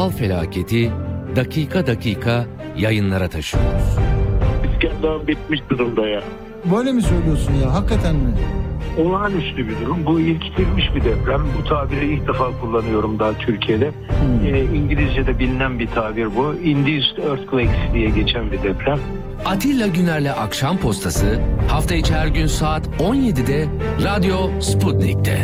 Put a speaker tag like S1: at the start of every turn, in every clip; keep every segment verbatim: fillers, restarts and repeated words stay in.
S1: doğal felaketi dakika dakika yayınlara taşıyoruz.
S2: İskender bitmiş durumda ya.
S3: Böyle mi söylüyorsun ya? Hakikaten mi?
S2: Olağanüstü bir durum. Bu irkilmiş bir deprem. Bu tabiri ilk defa kullanıyorum daha Türkiye'de. Hmm. Ee, İngilizce'de bilinen bir tabir bu. Induced Earthquakes diye geçen bir deprem.
S1: Atilla Güner'le Akşam Postası hafta içi her gün saat on yedide Radyo Sputnik'te.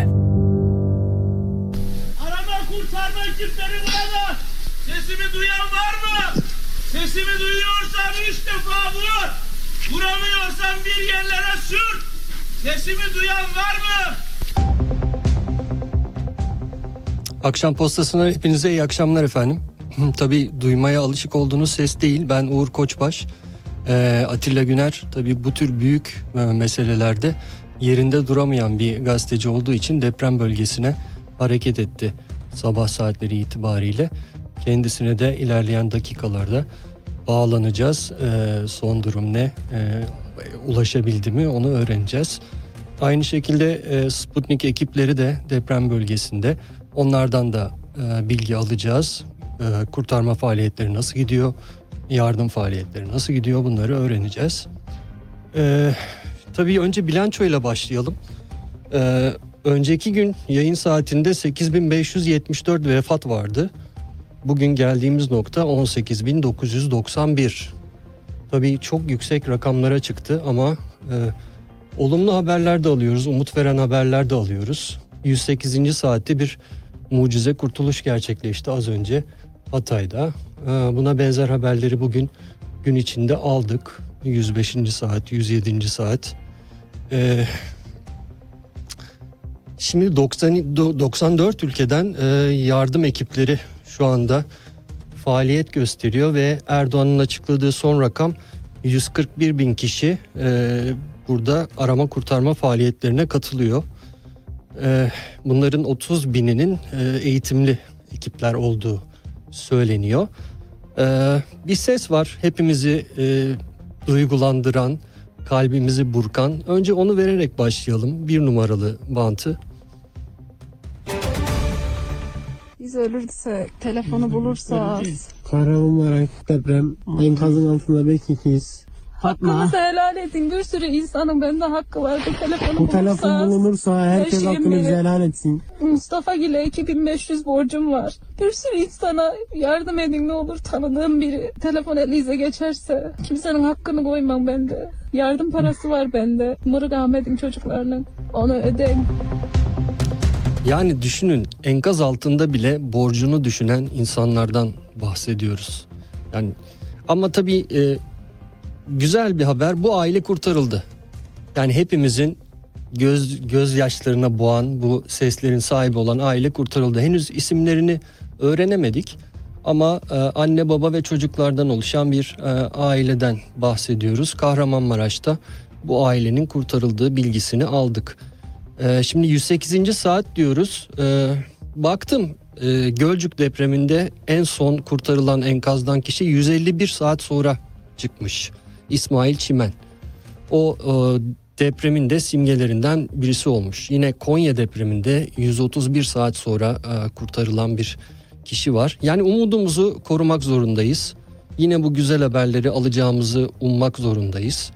S4: Arama kurtarma ekipleri burada. Sesimi duyan var mı? Sesimi duyuyorsan üç defa vur. Vuramıyorsan bir yerlere sür. Sesimi duyan var mı?
S5: Akşam Postası'na hepinize iyi akşamlar efendim. Tabii duymaya alışık olduğunuz ses değil. Ben Uğur Koçbaş. Ee, Atilla Güner tabii bu tür büyük e, meselelerde yerinde duramayan bir gazeteci olduğu için deprem bölgesine hareket etti sabah saatleri itibariyle. Kendisine de ilerleyen dakikalarda bağlanacağız. Ee, son durum ne? Ee, ulaşabildi mi onu öğreneceğiz. Aynı şekilde e, Sputnik ekipleri de deprem bölgesinde. Onlardan da e, bilgi alacağız. E, kurtarma faaliyetleri nasıl gidiyor? Yardım faaliyetleri nasıl gidiyor? Bunları öğreneceğiz. E, tabii önce bilançoyla başlayalım. E, önceki gün yayın saatinde sekiz bin beş yüz yetmiş dört vefat vardı. Bugün geldiğimiz nokta on sekiz bin dokuz yüz doksan bir. Tabii çok yüksek rakamlara çıktı ama e, olumlu haberler de alıyoruz, umut veren haberler de alıyoruz. yüz sekizinci saatte bir mucize kurtuluş gerçekleşti az önce Hatay'da. E, buna benzer haberleri bugün gün içinde aldık. yüz beşinci saat, yüz yedinci saat. E, şimdi doksan, doksan dört ülkeden e, yardım ekipleri şu anda faaliyet gösteriyor ve Erdoğan'ın açıkladığı son rakam yüz kırk bir bin kişi e, burada arama kurtarma faaliyetlerine katılıyor. E, bunların otuz bininin e, eğitimli ekipler olduğu söyleniyor. E, bir ses var hepimizi e, duygulandıran, kalbimizi burkan. Önce onu vererek başlayalım. Bir numaralı bantı.
S6: Biz ölürsek, telefonu bulursak.
S7: Kahramanmaraş deprem, enkazın altında beş kişiyiz. Fatma.
S6: Hakkınızı helal edin. Bir sürü insanın bende hakkı vardı. Telefonu
S7: Bu telefon bulunursa herkes hakkını helal etsin.
S6: Mustafa Gil'e iki bin beş yüz borcum var. Bir sürü insana yardım edin ne olur, tanıdığım biri. Telefon elinize geçerse kimsenin hakkını koymam bende. Yardım parası var bende. Mırık Ahmet'in çocuklarının. Onu ödeyin.
S5: Yani düşünün, enkaz altında bile borcunu düşünen insanlardan bahsediyoruz. Yani ama tabii e, güzel bir haber, bu aile kurtarıldı. Yani hepimizin göz gözyaşlarına boğan bu seslerin sahibi olan aile kurtarıldı. Henüz isimlerini öğrenemedik ama e, anne baba ve çocuklardan oluşan bir e, aileden bahsediyoruz. Kahramanmaraş'ta bu ailenin kurtarıldığı bilgisini aldık. Şimdi yüz sekizinci saat diyoruz. Baktım Gölcük depreminde en son kurtarılan enkazdan kişi yüz elli bir saat sonra çıkmış. İsmail Çimen. O depremin de simgelerinden birisi olmuş. Yine Konya depreminde yüz otuz bir saat sonra kurtarılan bir kişi var. Yani umudumuzu korumak zorundayız. Yine bu güzel haberleri alacağımızı ummak zorundayız.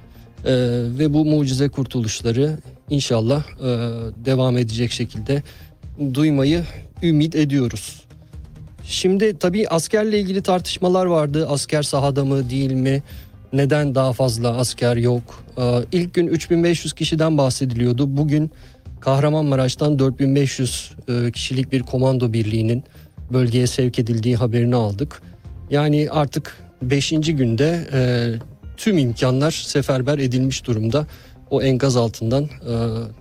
S5: Ve bu mucize kurtuluşları İnşallah e, devam edecek şekilde duymayı ümit ediyoruz. Şimdi tabii askerle ilgili tartışmalar vardı. Asker sahada mı değil mi? Neden daha fazla asker yok? E, ilk gün üç bin beş yüz kişiden bahsediliyordu. Bugün Kahramanmaraş'tan dört bin beş yüz e, kişilik bir komando birliğinin bölgeye sevk edildiği haberini aldık. Yani artık beşinci günde e, tüm imkanlar seferber edilmiş durumda. O enkaz altından e,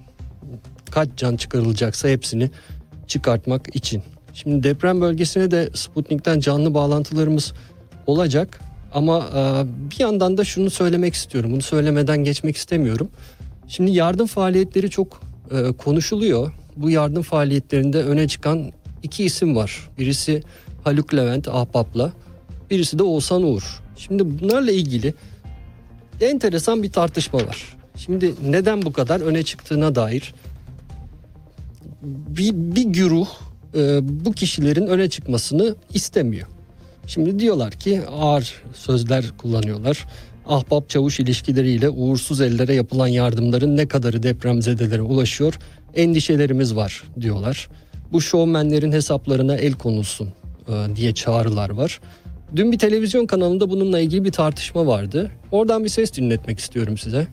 S5: kaç can çıkarılacaksa hepsini çıkartmak için. Şimdi deprem bölgesine de Sputnik'ten canlı bağlantılarımız olacak. Ama e, bir yandan da şunu söylemek istiyorum. Bunu söylemeden geçmek istemiyorum. Şimdi yardım faaliyetleri çok e, konuşuluyor. Bu yardım faaliyetlerinde öne çıkan iki isim var. Birisi Haluk Levent Ahbap'la, birisi de Oğuzhan Uğur. Şimdi bunlarla ilgili enteresan bir tartışma var. Şimdi neden bu kadar öne çıktığına dair bir, bir güruh e, bu kişilerin öne çıkmasını istemiyor. Şimdi diyorlar ki ağır sözler kullanıyorlar. Ahbap çavuş ilişkileriyle uğursuz ellere yapılan yardımların ne kadarı depremzedelere ulaşıyor? Endişelerimiz var diyorlar. Bu şovmenlerin hesaplarına el konulsun e, diye çağrılar var. Dün bir televizyon kanalında bununla ilgili bir tartışma vardı. Oradan bir ses dinletmek istiyorum size.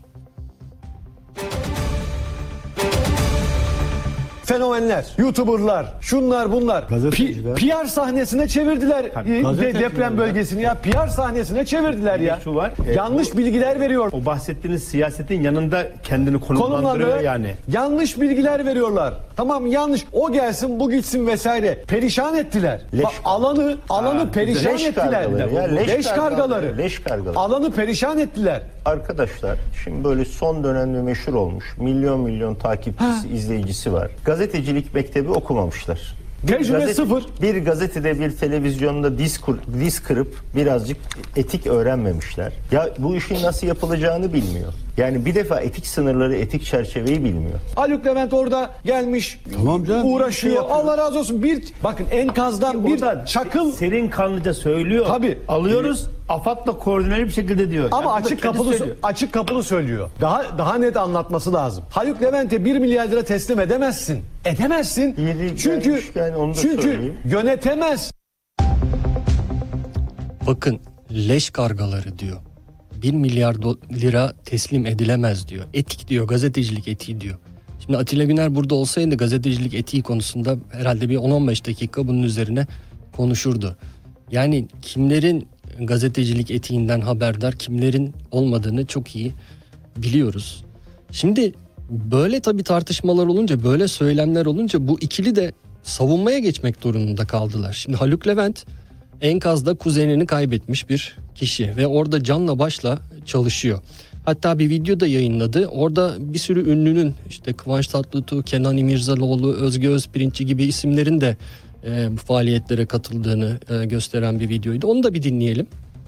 S8: Fenomenler, YouTuber'lar, şunlar bunlar.
S9: Gazeteciler.
S8: P- P R sahnesine çevirdiler
S9: Tabii,
S8: e, de-
S9: gazeteciler.
S8: deprem bölgesini ya. P R sahnesine çevirdiler ya.
S9: Şu var. e,
S8: Yanlış
S9: bu-
S8: bilgiler veriyor.
S9: O bahsettiğiniz siyasetin yanında kendini konumlandırıyor
S8: Konumlandırıyor.
S9: yani.
S8: Yanlış bilgiler veriyorlar. Tamam yanlış. O gelsin, bu gitsin vesaire. Perişan ettiler.
S9: Leş
S8: Bak, alanı alanı
S9: Ha,
S8: perişan
S9: leş
S8: ettiler.
S9: kargaları ya, leş
S8: leş
S9: kargaları,
S8: kargaları.
S9: leş kargaları.
S8: Alanı perişan ettiler.
S9: Arkadaşlar şimdi böyle son dönemde meşhur olmuş. Milyon milyon takipçisi, izleyicisi var. Gazetecilik mektebi okumamışlar.
S8: Tecrübe
S9: Gazete-
S8: sıfır.
S9: Bir gazetede, bir televizyonda diz, kur, diz kırıp birazcık etik öğrenmemişler. Ya bu işin nasıl yapılacağını bilmiyor. Yani bir defa etik sınırları, etik çerçeveyi bilmiyor.
S8: Haluk Levent orada gelmiş,
S3: Tamam canım.
S8: uğraşıyor.
S9: Bir şey yapıyor.
S8: Allah razı olsun. Bir bakın enkazdan bir
S9: Orada
S8: çakıl
S9: Serin Kanlıca söylüyor.
S8: Tabii.
S9: Alıyoruz. AFAD'la koordineli bir şekilde diyor.
S8: ama
S9: Yani
S8: açık
S9: kendi
S8: kapılı
S9: söylüyor.
S8: açık kapılı söylüyor. Daha daha net anlatması lazım. Haluk Levent'e bir milyar lira teslim edemezsin. Edemezsin.
S9: Yeri
S8: Çünkü
S9: gelmişken onu da
S8: çünkü
S9: söyleyeyim.
S8: yönetemez.
S5: Bakın leş kargaları diyor. bir milyar do- lira teslim edilemez diyor. Etik diyor, gazetecilik etiği diyor. Şimdi Atilla Güner burada olsaydı gazetecilik etiği konusunda herhalde bir on on beş dakika bunun üzerine konuşurdu. Yani kimlerin gazetecilik etiğinden haberdar, kimlerin olmadığını çok iyi biliyoruz. Şimdi böyle tabii tartışmalar olunca, böyle söylemler olunca bu ikili de savunmaya geçmek durumunda kaldılar. Şimdi Haluk Levent enkazda kuzenini kaybetmiş bir kişi ve orada canla başla çalışıyor. Hatta bir video da yayınladı. Orada bir sürü ünlünün işte Kıvanç Tatlıtuğ, Kenan İmirzalıoğlu, Özge Özpirinççi gibi isimlerin de e, bu faaliyetlere katıldığını e, gösteren bir videoydu. Onu da bir dinleyelim.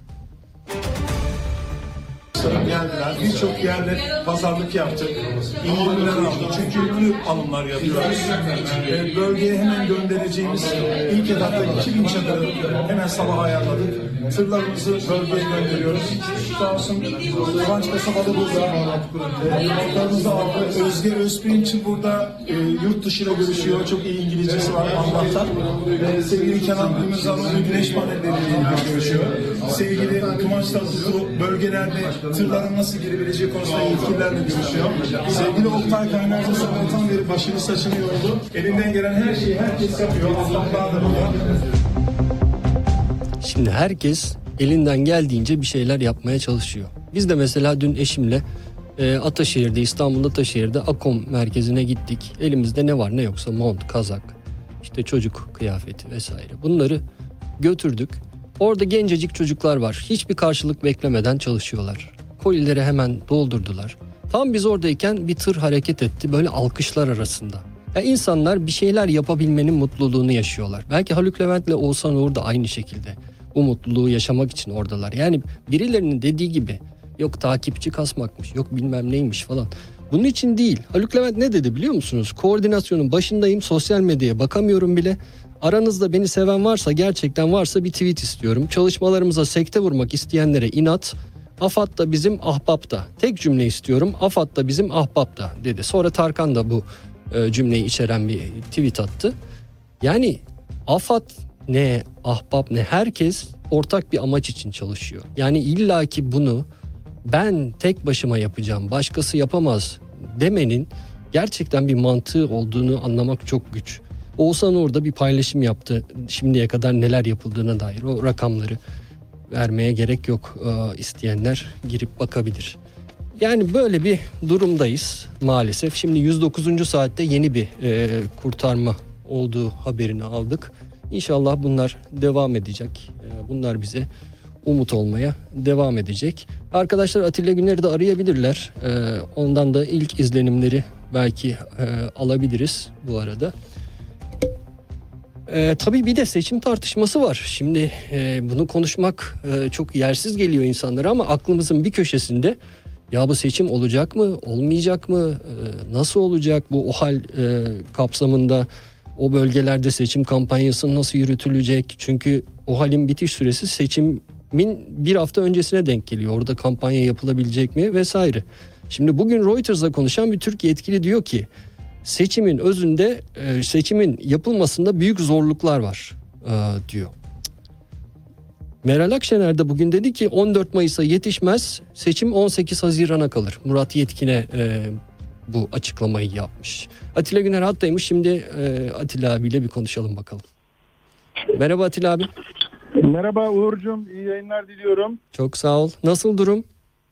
S10: Geldiler. Birçok yerde pazarlık yaptık. İndirimler aldık. Çünkü yüklü alımlar yapıyoruz. E, bölgeye hemen göndereceğimiz ilk etapta iki bin çadırı hemen sabah ayarladık. Tırlarımızı bölgeye gönderiyoruz. Sağ olsun Kıvanç Kasabalı burada. E, Notlarımızı aldı. Özge Özpirinççi burada e, yurt dışıyla görüşüyor. Çok iyi İngilizcesi var Allah'tan. E, sevgili Kenan İmirzalıoğlu güneş panelleriyle görüşüyor. Sevgili Kıvanç Tatlıtuğ bölgelerde tırların nasıl girebileceği konusunda yetkililerle görüşüyor. Sevgili Oktay Kaynarca sabahtan beri başını saçını yordu. Elinden gelen her şeyi herkes yapıyor. Allah'tan da burada.
S5: Şimdi herkes elinden geldiğince bir şeyler yapmaya çalışıyor. Biz de mesela dün eşimle e, Ataşehir'de, İstanbul Ataşehir'de Akom merkezine gittik. Elimizde ne var ne yoksa mont, kazak, işte çocuk kıyafeti vesaire. Bunları götürdük. Orada gencecik çocuklar var. Hiçbir karşılık beklemeden çalışıyorlar. Kolileri hemen doldurdular. Tam biz oradayken bir tır hareket etti böyle alkışlar arasında. Ya insanlar bir şeyler yapabilmenin mutluluğunu yaşıyorlar. Belki Haluk Levent ile Oğuzhan Uğur da aynı şekilde bu mutluluğu yaşamak için oradalar. Yani birilerinin dediği gibi yok takipçi kasmakmış, yok bilmem neymiş falan. Bunun için değil. Haluk Levent ne dedi biliyor musunuz? Koordinasyonun başındayım, sosyal medyaya bakamıyorum bile. Aranızda beni seven varsa, gerçekten varsa bir tweet istiyorum. Çalışmalarımıza sekte vurmak isteyenlere inat. AFAD da bizim ahbap da. Tek cümle istiyorum. AFAD da bizim ahbap da dedi. Sonra Tarkan da bu e, cümleyi içeren bir tweet attı. Yani AFAD ne, ahbap ne, herkes ortak bir amaç için çalışıyor. Yani illaki bunu ben tek başıma yapacağım, başkası yapamaz demenin gerçekten bir mantığı olduğunu anlamak çok güç. Oğuzhan orada bir paylaşım yaptı. Şimdiye kadar neler yapıldığına dair o rakamları vermeye gerek yok. Ee, isteyenler girip bakabilir. Yani böyle bir durumdayız maalesef. Şimdi yüz dokuzuncu saatte yeni bir e, kurtarma olduğu haberini aldık. İnşallah bunlar devam edecek. E, bunlar bize umut olmaya devam edecek. Arkadaşlar Atilla Güner'i de arayabilirler. E, ondan da ilk izlenimleri belki e, alabiliriz bu arada. Ee, tabii bir de seçim tartışması var. Şimdi e, bunu konuşmak e, çok yersiz geliyor insanlara ama aklımızın bir köşesinde ya bu seçim olacak mı, olmayacak mı, e, nasıl olacak bu OHAL e, kapsamında O bölgelerde seçim kampanyası nasıl yürütülecek? Çünkü o halin bitiş süresi seçimin bir hafta öncesine denk geliyor. Orada kampanya yapılabilecek mi vesaire. Şimdi bugün Reuters'la konuşan bir Türk yetkili diyor ki seçimin özünde, seçimin yapılmasında büyük zorluklar var diyor. Meral Akşener de bugün dedi ki on dört Mayıs'a yetişmez, seçim on sekiz Haziran'a kalır. Murat Yetkin'e e, bu açıklamayı yapmış. Atilla Güner hattaymış. Şimdi e, Atilla abiyle bir konuşalım bakalım. Merhaba Atilla abi.
S11: Merhaba Uğur'cum, iyi yayınlar diliyorum.
S5: Çok sağ ol. Nasıl durum?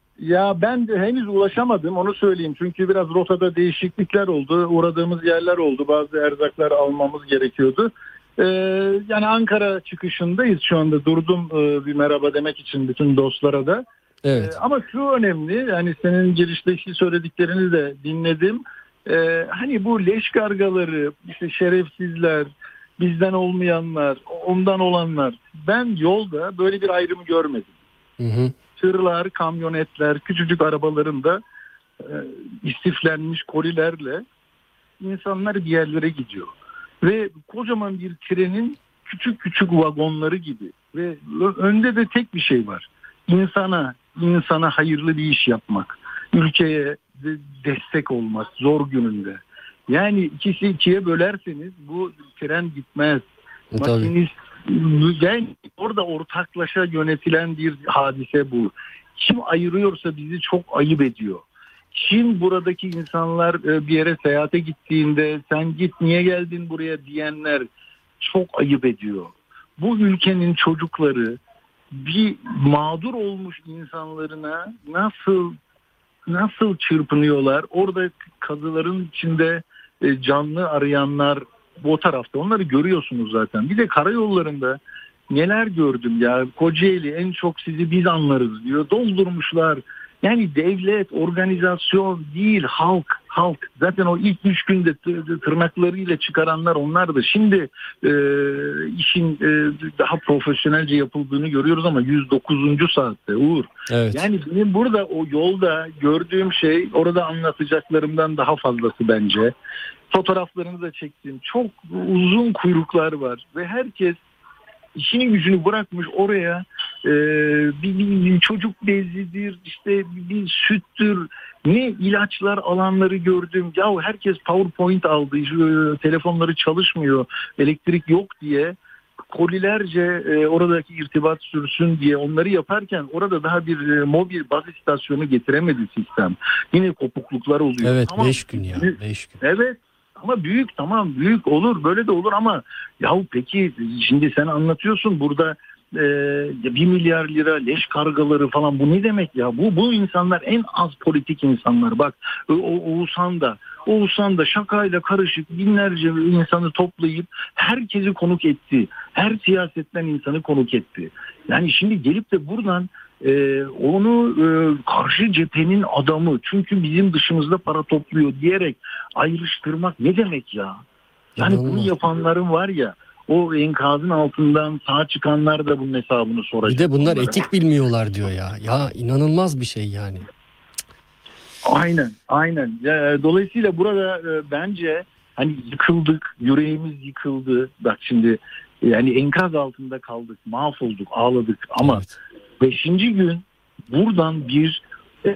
S11: Ya ben de henüz ulaşamadım, onu söyleyeyim. Çünkü biraz rotada değişiklikler oldu. Uğradığımız yerler oldu. Bazı erzaklar almamız gerekiyordu. Ee, yani Ankara çıkışındayız şu anda. Durdum e, bir merhaba demek için bütün dostlara da.
S5: Evet.
S11: Ee, ama şu önemli, yani senin girişteki söylediklerini de dinledim. Ee, hani bu leş kargaları, işte şerefsizler, bizden olmayanlar, ondan olanlar. Ben yolda böyle bir ayrımı görmedim.
S5: Hı hı.
S11: Tırlar, kamyonetler, küçücük arabalarında e, istiflenmiş kolilerle insanlar bir yerlere gidiyor. Ve kocaman bir trenin küçük küçük vagonları gibi. Ve önde de tek bir şey var. İnsana, insana hayırlı bir iş yapmak. Ülkeye de destek olmak zor gününde. Yani ikisi ikiye bölerseniz bu tren gitmez. Makinist, yani orada ortaklaşa yönetilen bir hadise bu. Kim ayırıyorsa bizi çok ayıp ediyor. Kim buradaki insanlar bir yere seyahate gittiğinde sen git niye geldin buraya diyenler çok ayıp ediyor. Bu ülkenin çocukları bir mağdur olmuş insanlarına nasıl nasıl çırpınıyorlar. Orada kazıların içinde canlı arayanlar bu tarafta, onları görüyorsunuz zaten. Bir de karayollarında neler gördüm ya. Kocaeli en çok sizi biz anlarız diyor. Doldurmuşlar. Yani devlet, organizasyon değil, halk, halk. Zaten o ilk üç günde tırnaklarıyla çıkaranlar onlardı. Şimdi e, işin e, daha profesyonelce yapıldığını görüyoruz ama yüz dokuzuncu saatte Uğur.
S5: Evet.
S11: Yani benim burada o yolda gördüğüm şey orada anlatacaklarımdan daha fazlası bence. Fotoğraflarını da çektim. Çok uzun kuyruklar var ve herkes işini gücünü bırakmış oraya e, bir, bir, bir çocuk bezidir, işte bir, bir süttür, ne ilaçlar alanları gördüm. Ya herkes PowerPoint aldı, e, telefonları çalışmıyor, elektrik yok diye. Kolilerce e, oradaki irtibat sürsün diye onları yaparken orada daha bir e, mobil baz istasyonu getiremedi sistem. Yine kopukluklar oluyor.
S5: Evet,
S11: tamam.
S5: beş gün ya, beş gün.
S11: Evet. Ama büyük, tamam büyük olur, böyle de olur ama yahu peki şimdi sen anlatıyorsun burada e, bir milyar lira leş kargaları falan, bu ne demek ya? Bu bu insanlar en az politik insanlar. Bak o, Oğuzhan da Oğuzhan da şakayla karışık binlerce insanı toplayıp herkesi konuk etti. Her siyasetten insanı konuk etti. Yani şimdi gelip de buradan Ee, onu e, karşı cephenin adamı, çünkü bizim dışımızda para topluyor diyerek ayrıştırmak ne demek ya? Yani
S5: İnanılmaz.
S11: bunu yapanların var ya, o enkazın altından sağ çıkanlar da bunun hesabını soracak.
S5: Bir de bunlar
S11: onlara.
S5: etik bilmiyorlar diyor ya. Ya inanılmaz bir şey yani.
S11: Aynen, aynen. Ya, dolayısıyla burada e, bence hani yıkıldık, yüreğimiz yıkıldı. Bak şimdi yani enkaz altında kaldık, mahvolduk, ağladık ama
S5: Evet.
S11: beşinci gün buradan bir e,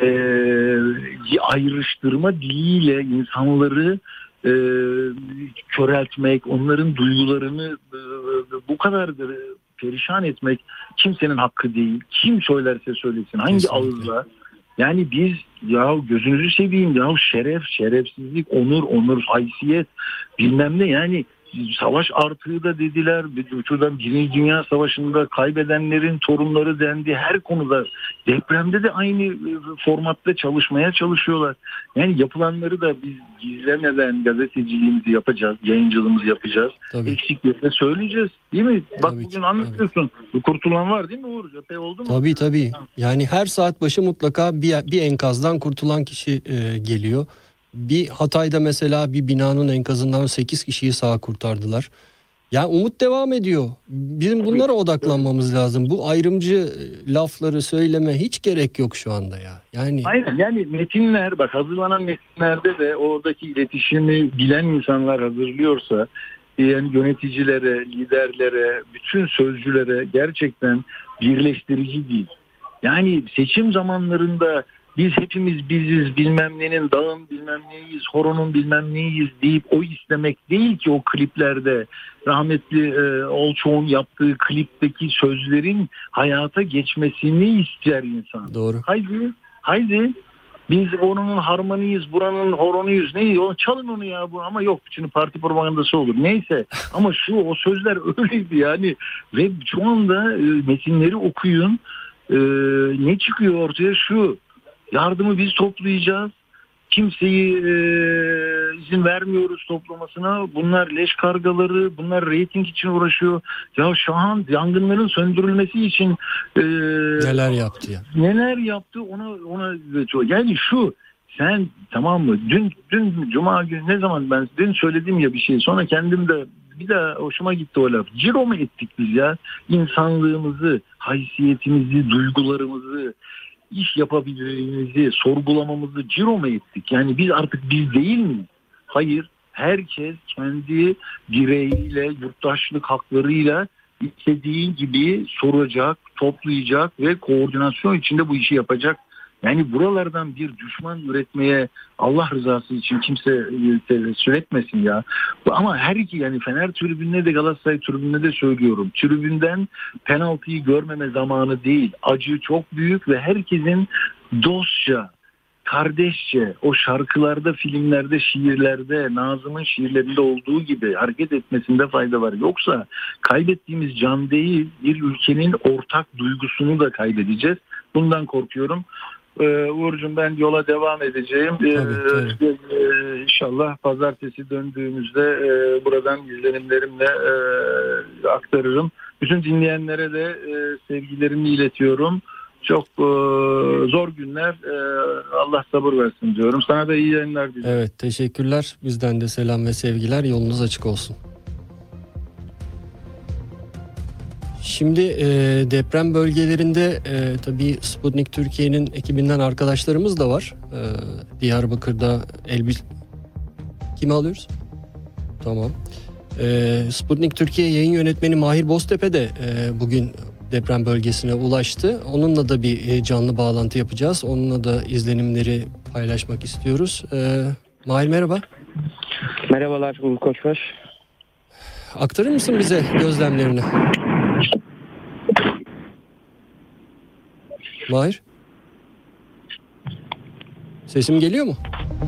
S11: ayrıştırma diliyle insanları e, köreltmek, onların duygularını e, bu kadar e, perişan etmek kimsenin hakkı değil. Kim söylerse söylesin, hangi
S5: Kesinlikle.
S11: ağızla. Yani biz ya gözünüzü seveyim ya, şeref, şerefsizlik, onur, onur, haysiyet bilmem ne, yani savaş artığı da dediler. Şuradan Birinci Dünya Savaşı'nda kaybedenlerin torunları dendi. Her konuda, depremde de aynı formatta çalışmaya çalışıyorlar. Yani yapılanları da biz gizlemeden gazeteciliğimizi yapacağız, yayıncılığımızı yapacağız.
S5: Tabii.
S11: Eksiklerini söyleyeceğiz. Değil mi? Bak
S5: Tabii
S11: bugün
S5: ki,
S11: anlatıyorsun. Bu kurtulan var değil mi Uğur? Epey oldu mu?
S5: Tabii tabii. Yani her saat başı mutlaka bir, bir enkazdan kurtulan kişi e, geliyor. Bir Hatay'da mesela bir binanın enkazından sekiz kişiyi sağ kurtardılar. Yani umut devam ediyor. Bizim bunlara odaklanmamız lazım. Bu ayrımcı lafları söyleme hiç gerek yok şu anda ya. Yani
S11: Aynen, yani metinler, bak hazırlanan metinlerde de oradaki iletişimi bilen insanlar hazırlıyorsa isteyen yöneticilere, liderlere, bütün sözcülere gerçekten birleştirici değil. Yani seçim zamanlarında biz hepimiz biziz, bilmem nenin dağın bilmem neyiz, horonun bilmem neyiz deyip o istemek değil ki o kliplerde rahmetli e, Olçoğ'un yaptığı klipteki sözlerin hayata geçmesini ister insan.
S5: Doğru.
S11: Haydi, haydi. Biz oranın harmoniyiz, buranın horonuyuz. Neydi? O çalın onu ya bu ama yok. Şimdi parti propagandası olur. Neyse. Ama şu o sözler öyleydi yani. Ve şu anda e, metinleri okuyun. E, ne çıkıyor ortaya? Şu. Yardımı biz toplayacağız. Kimseyi e, izin vermiyoruz toplamasına. Bunlar leş kargaları, bunlar reyting için uğraşıyor. Ya Şahan yangınların söndürülmesi için e,
S5: neler yaptı ya?
S11: Neler yaptı ona ona yani şu sen tamam mı? Dün dün Cuma günü ne zaman ben dün söyledim ya bir şey. Sonra kendim de bir daha hoşuma gitti o laf. Ciro mu ettik biz ya? İnsanlığımızı, haysiyetimizi, duygularımızı, iş yapabilirliğimizi, sorgulamamızı ciro mu ettik? Yani biz artık biz değil miyiz? Hayır. Herkes kendi bireyiyle, yurttaşlık haklarıyla istediği gibi soracak, toplayacak ve koordinasyon içinde bu işi yapacak. Yani buralardan bir düşman üretmeye Allah rızası için kimse tevessül etmesin ya. Ama her iki yani Fener tribününe de Galatasaray tribününe de söylüyorum. Tribünden penaltıyı görmeme zamanı değil. Acı çok büyük ve herkesin dostça, kardeşçe o şarkılarda, filmlerde, şiirlerde, Nazım'ın şiirlerinde olduğu gibi hareket etmesinde fayda var. Yoksa kaybettiğimiz can değil, bir ülkenin ortak duygusunu da kaybedeceğiz. Bundan korkuyorum. Ee, Uğur'cum ben yola devam edeceğim. Ee,
S5: tabii, tabii.
S11: E, inşallah pazartesi döndüğümüzde e, buradan izlenimlerimle e, aktarırım. Bütün dinleyenlere de e, sevgilerimi iletiyorum. Çok e, zor günler. E, Allah sabır versin diyorum. Sana da iyi yayınlar diliyorum.
S5: Evet, teşekkürler. Bizden de selam ve sevgiler. Yolunuz açık olsun. Şimdi e, deprem bölgelerinde e, tabii Sputnik Türkiye'nin ekibinden arkadaşlarımız da var. E, Diyarbakır'da Elbil... Kimi alıyoruz? Tamam. E, Sputnik Türkiye yayın yönetmeni Mahir Boztepe de e, bugün deprem bölgesine ulaştı. Onunla da bir e, canlı bağlantı yapacağız. Onunla da izlenimleri paylaşmak istiyoruz. E, Mahir merhaba.
S12: Merhabalar Uğur Koçbaş.
S5: Aktarır mısın bize gözlemlerini? Mahir? Sesim geliyor mu?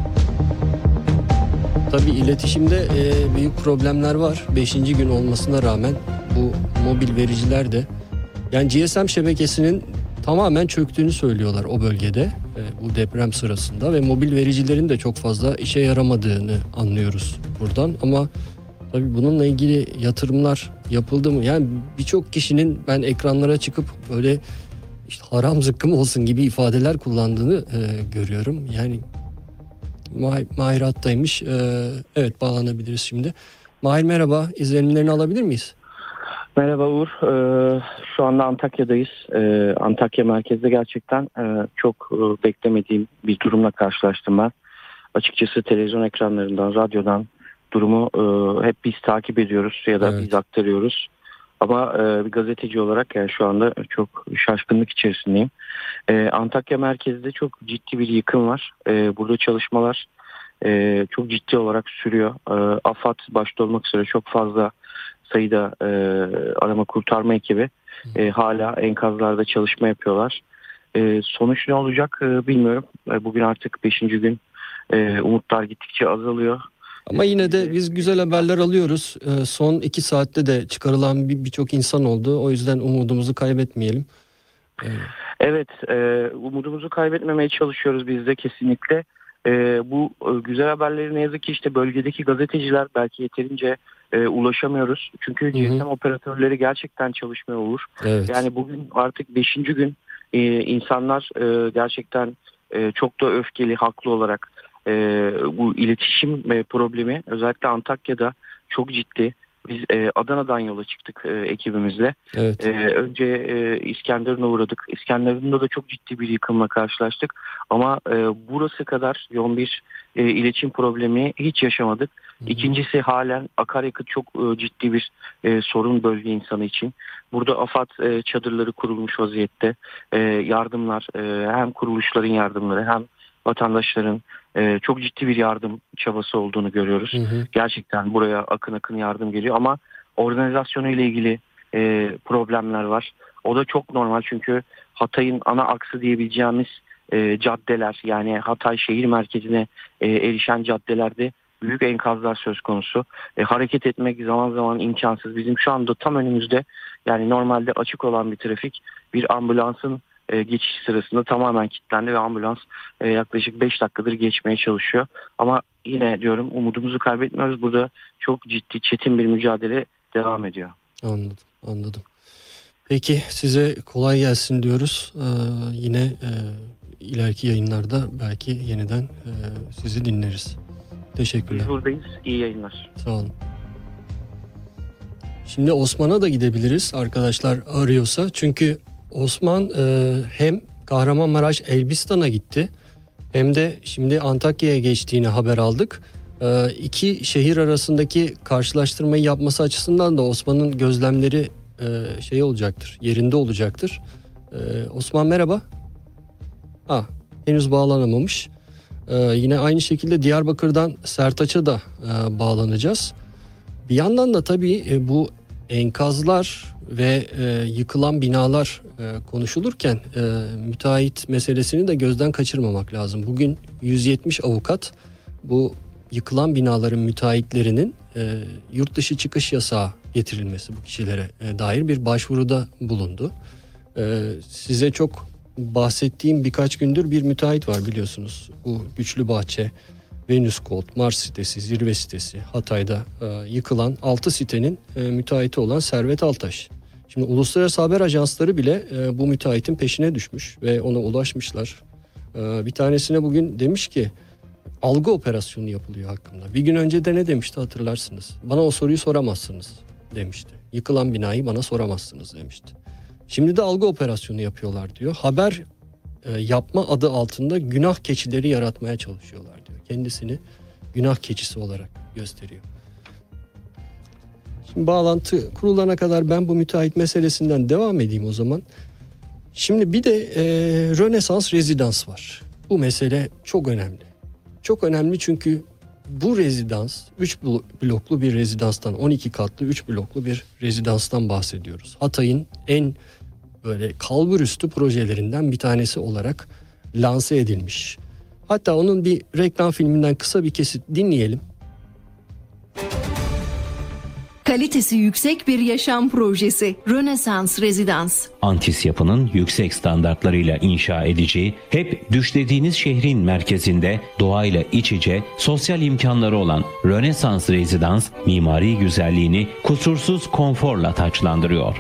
S5: Tabii iletişimde e, büyük problemler var. Beşinci gün olmasına rağmen bu mobil vericiler de yani G S M şebekesinin tamamen çöktüğünü söylüyorlar o bölgede e, bu deprem sırasında ve mobil vericilerin de çok fazla işe yaramadığını anlıyoruz buradan ama tabii bununla ilgili yatırımlar yapıldı mı? Yani birçok kişinin ben ekranlara çıkıp böyle işte haram zıkkım olsun gibi ifadeler kullandığını e, görüyorum. Yani Mahir, Mahir hattaymış. E, evet bağlanabiliriz şimdi. Mahir merhaba. İzlenimlerini alabilir miyiz?
S12: Merhaba Uğur. Ee, şu anda Antakya'dayız. Ee, Antakya merkezde gerçekten e, çok e, beklemediğim bir durumla karşılaştım ben. Açıkçası televizyon ekranlarından, radyodan durumu e, hep biz takip ediyoruz ya da evet. biz aktarıyoruz. Ama e, bir gazeteci olarak yani şu anda çok şaşkınlık içerisindeyim. E, Antakya merkezde çok ciddi bir yıkım var. E, burada çalışmalar e, çok ciddi olarak sürüyor. E, AFAD başta olmak üzere çok fazla sayıda e, arama kurtarma ekibi e, hala enkazlarda çalışma yapıyorlar. E, sonuç ne olacak e, bilmiyorum. E, bugün artık beşinci gün. E, umutlar gittikçe azalıyor.
S5: Ama yine de biz güzel haberler alıyoruz. E, son iki saatte de çıkarılan bir, birçok insan oldu. O yüzden umudumuzu kaybetmeyelim. E,
S12: evet, e, umudumuzu kaybetmemeye çalışıyoruz biz de kesinlikle. E, bu e, güzel haberleri ne yazık ki işte bölgedeki gazeteciler belki yeterince e, ulaşamıyoruz. Çünkü G S M operatörleri gerçekten çalışmıyor olur.
S5: Evet.
S12: Yani bugün artık beşinci gün e, insanlar e, gerçekten e, çok da öfkeli, haklı olarak e, bu iletişim e, problemi özellikle Antakya'da çok ciddi Biz e, Adana'dan yola çıktık e, ekibimizle.
S5: Evet.
S12: E, önce e, İskenderun'a uğradık. İskenderun'da da çok ciddi bir yıkımla karşılaştık. Ama e, burası kadar yoğun bir e, iletişim problemi hiç yaşamadık. Hı-hı. İkincisi halen akaryakıt çok e, ciddi bir e, sorun bölge insanı için. Burada AFAD e, çadırları kurulmuş vaziyette. E, yardımlar e, hem kuruluşların yardımları hem vatandaşların e, çok ciddi bir yardım çabası olduğunu görüyoruz. Hı hı. Gerçekten buraya akın akın yardım geliyor ama organizasyonu ile ilgili e, problemler var. O da çok normal çünkü Hatay'ın ana aksı diyebileceğimiz e, caddeler, yani Hatay şehir merkezine e, erişen caddelerde büyük enkazlar söz konusu. E, hareket etmek zaman zaman imkansız. Bizim şu anda tam önümüzde, yani normalde açık olan bir trafik, bir ambulansın E, geçiş sırasında tamamen kilitlendi ve ambulans e, yaklaşık beş dakikadır geçmeye çalışıyor. Ama yine diyorum, umudumuzu kaybetmiyoruz. Burada çok ciddi, çetin bir mücadele devam ediyor.
S5: Anladım, anladım. Peki, size kolay gelsin diyoruz. Ee, yine e, ileriki yayınlarda belki yeniden e, sizi dinleriz. Teşekkürler.
S12: Biz buradayız. İyi yayınlar.
S5: Sağ olun. Şimdi Osman'a da gidebiliriz arkadaşlar arıyorsa. Çünkü Osman e, hem Kahramanmaraş Elbistan'a gitti hem de şimdi Antakya'ya geçtiğini haber aldık. E, iki şehir arasındaki karşılaştırmayı yapması açısından da Osman'ın gözlemleri e, şey olacaktır, yerinde olacaktır. E, Osman merhaba. Ha, henüz bağlanamamış. E, yine aynı şekilde Diyarbakır'dan Sertaç'a da e, bağlanacağız. Bir yandan da tabii e, bu enkazlar ve e, yıkılan binalar e, konuşulurken e, müteahhit meselesini de gözden kaçırmamak lazım. Bugün yüz yetmiş avukat bu yıkılan binaların müteahhitlerinin e, yurt dışı çıkış yasağı getirilmesi bu kişilere e, dair bir başvuruda bulundu. E, size çok bahsettiğim birkaç gündür bir müteahhit var biliyorsunuz. Bu Güçlübahçe, Venüs Gold, Mars sitesi, Zirve sitesi, Hatay'da e, yıkılan altı sitenin e, müteahhiti olan Servet Altaş. Şimdi uluslararası haber ajansları bile e, bu müteahhitin peşine düşmüş ve ona ulaşmışlar. E, bir tanesine bugün demiş ki algı operasyonu yapılıyor hakkında. Bir gün önce de ne demişti hatırlarsınız. Bana o soruyu soramazsınız demişti. Yıkılan binayı bana soramazsınız demişti. Şimdi de algı operasyonu yapıyorlar diyor. Haber e, yapma adı altında günah keçileri yaratmaya çalışıyorlar diyor. Kendisini günah keçisi olarak gösteriyor. Şimdi bağlantı kurulana kadar ben bu müteahhit meselesinden devam edeyim o zaman. Şimdi bir de e, Rönesans rezidans var. Bu mesele çok önemli. Çok önemli çünkü bu rezidans üç bloklu bir rezidanstan, on iki katlı üç bloklu bir rezidanstan bahsediyoruz. Hatay'ın en böyle kalburüstü projelerinden bir tanesi olarak lanse edilmiş. Hatta onun bir reklam filminden kısa bir kesit dinleyelim.
S13: Kalitesi yüksek bir yaşam projesi Rönesans Rezidans.
S14: Antis yapının yüksek standartlarıyla inşa edici, hep düşlediğiniz şehrin merkezinde doğayla iç içe sosyal imkanları olan Rönesans Rezidans mimari güzelliğini kusursuz konforla taçlandırıyor.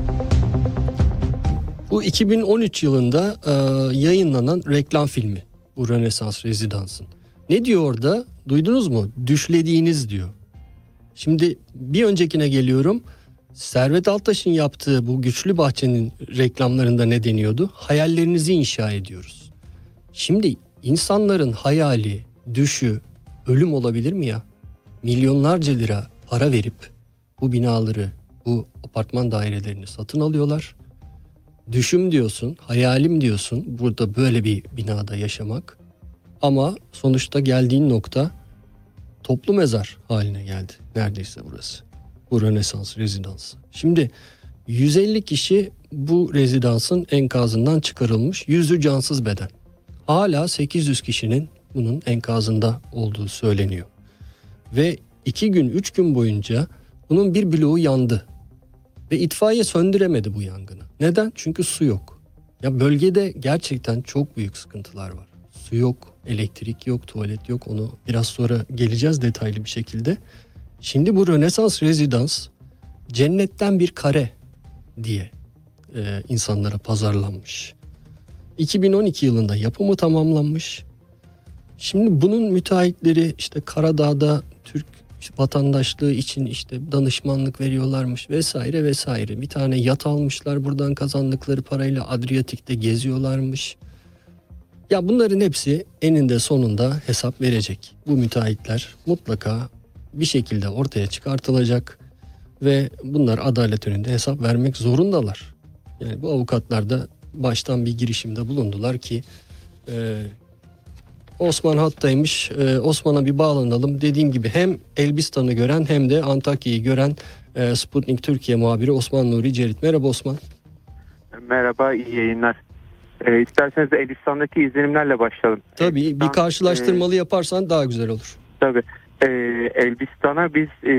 S5: Bu iki bin on üç yılında e, yayınlanan reklam filmi bu Rönesans Rezidans'ın. Ne diyor orada? Duydunuz mu? Düşlediğiniz diyor. Şimdi bir öncekine geliyorum. Servet Altaş'ın yaptığı bu Güçlübahçe'nin reklamlarında ne deniyordu? Hayallerinizi inşa ediyoruz. Şimdi insanların hayali, düşü, ölüm olabilir mi ya? Milyonlarca lira para verip bu binaları, bu apartman dairelerini satın alıyorlar. Düşüm diyorsun, hayalim diyorsun burada böyle bir binada yaşamak. Ama sonuçta geldiğin nokta toplu mezar haline geldi neredeyse burası. Bu Rönesans rezidansı. Şimdi yüz elli kişi bu rezidansın enkazından çıkarılmış. Yüzü cansız beden. Hala sekiz yüz kişinin bunun enkazında olduğu söyleniyor. Ve iki gün, üç gün boyunca bunun bir bloğu yandı. Ve itfaiye söndüremedi bu yangını. Neden? Çünkü su yok. Ya bölgede gerçekten çok büyük sıkıntılar var. Su yok, elektrik yok, tuvalet yok. Onu biraz sonra geleceğiz detaylı bir şekilde. Şimdi bu Rönesans rezidans cennetten bir kare diye e, insanlara pazarlanmış. iki bin on iki yılında yapımı tamamlanmış. Şimdi bunun müteahhitleri işte Karadağ'da Türk İşte vatandaşlığı için işte danışmanlık veriyorlarmış vesaire vesaire. Bir tane yat almışlar, buradan kazandıkları parayla Adriyatik'te geziyorlarmış. Ya bunların hepsi eninde sonunda hesap verecek. Bu müteahhitler mutlaka bir şekilde ortaya çıkartılacak ve bunlar adalet önünde hesap vermek zorundalar. Yani bu avukatlar da baştan bir girişimde bulundular ki e, Osman hattaymış. E, Osman'a bir bağlanalım. Dediğim gibi hem Elbistan'ı gören hem de Antakya'yı gören e, Sputnik Türkiye muhabiri Osman Nuri Cerit. Merhaba Osman.
S15: Merhaba, iyi yayınlar. E, isterseniz de Elbistan'daki izlenimlerle başlayalım.
S5: Tabii
S15: Elbistan,
S5: bir karşılaştırmalı e, yaparsan daha güzel olur.
S15: Tabii. E, Elbistan'a biz e,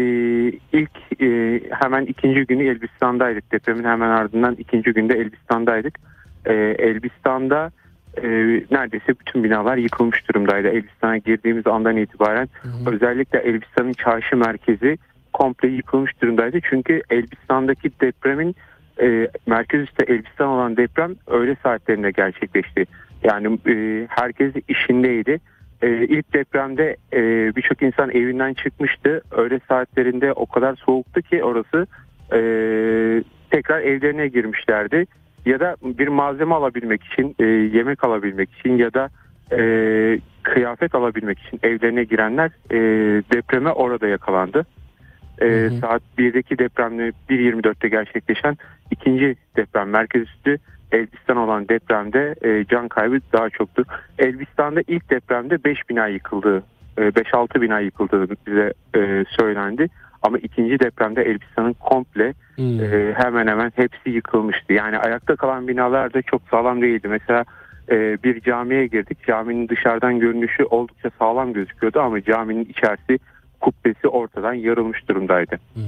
S15: ilk e, hemen ikinci günü Elbistan'daydık. Depremin hemen ardından ikinci günde Elbistan'daydık. E, Elbistan'da e, neredeyse bütün binalar yıkılmış durumdaydı. Elbistan'a girdiğimiz andan itibaren hı-hı, özellikle Elbistan'ın çarşı merkezi komple yıkılmış durumdaydı. Çünkü Elbistan'daki depremin e, merkez üstü Elbistan olan deprem öğle saatlerinde gerçekleşti. Yani e, herkes işindeydi. Ee, ilk depremde e, birçok insan evinden çıkmıştı. Öğle saatlerinde o kadar soğuktu ki orası e, tekrar evlerine girmişlerdi. Ya da bir malzeme alabilmek için, e, yemek alabilmek için ya da e, kıyafet alabilmek için evlerine girenler e, depreme orada yakalandı. E, saat birdeki depremle bir yirmi dörtte gerçekleşen ikinci deprem merkez üstü Elbistan olan depremde e, can kaybı daha çoktu. Elbistan'da ilk depremde beş bina yıkıldı. E, beş altı bina yıkıldı bize e, söylendi. Ama ikinci depremde Elbistan'ın komple hmm. e, hemen hemen hepsi yıkılmıştı. Yani ayakta kalan binalar da çok sağlam değildi. Mesela e, bir camiye girdik. Caminin dışarıdan görünüşü oldukça sağlam gözüküyordu ama caminin içerisi, kubbesi ortadan yarılmış durumdaydı. Hmm.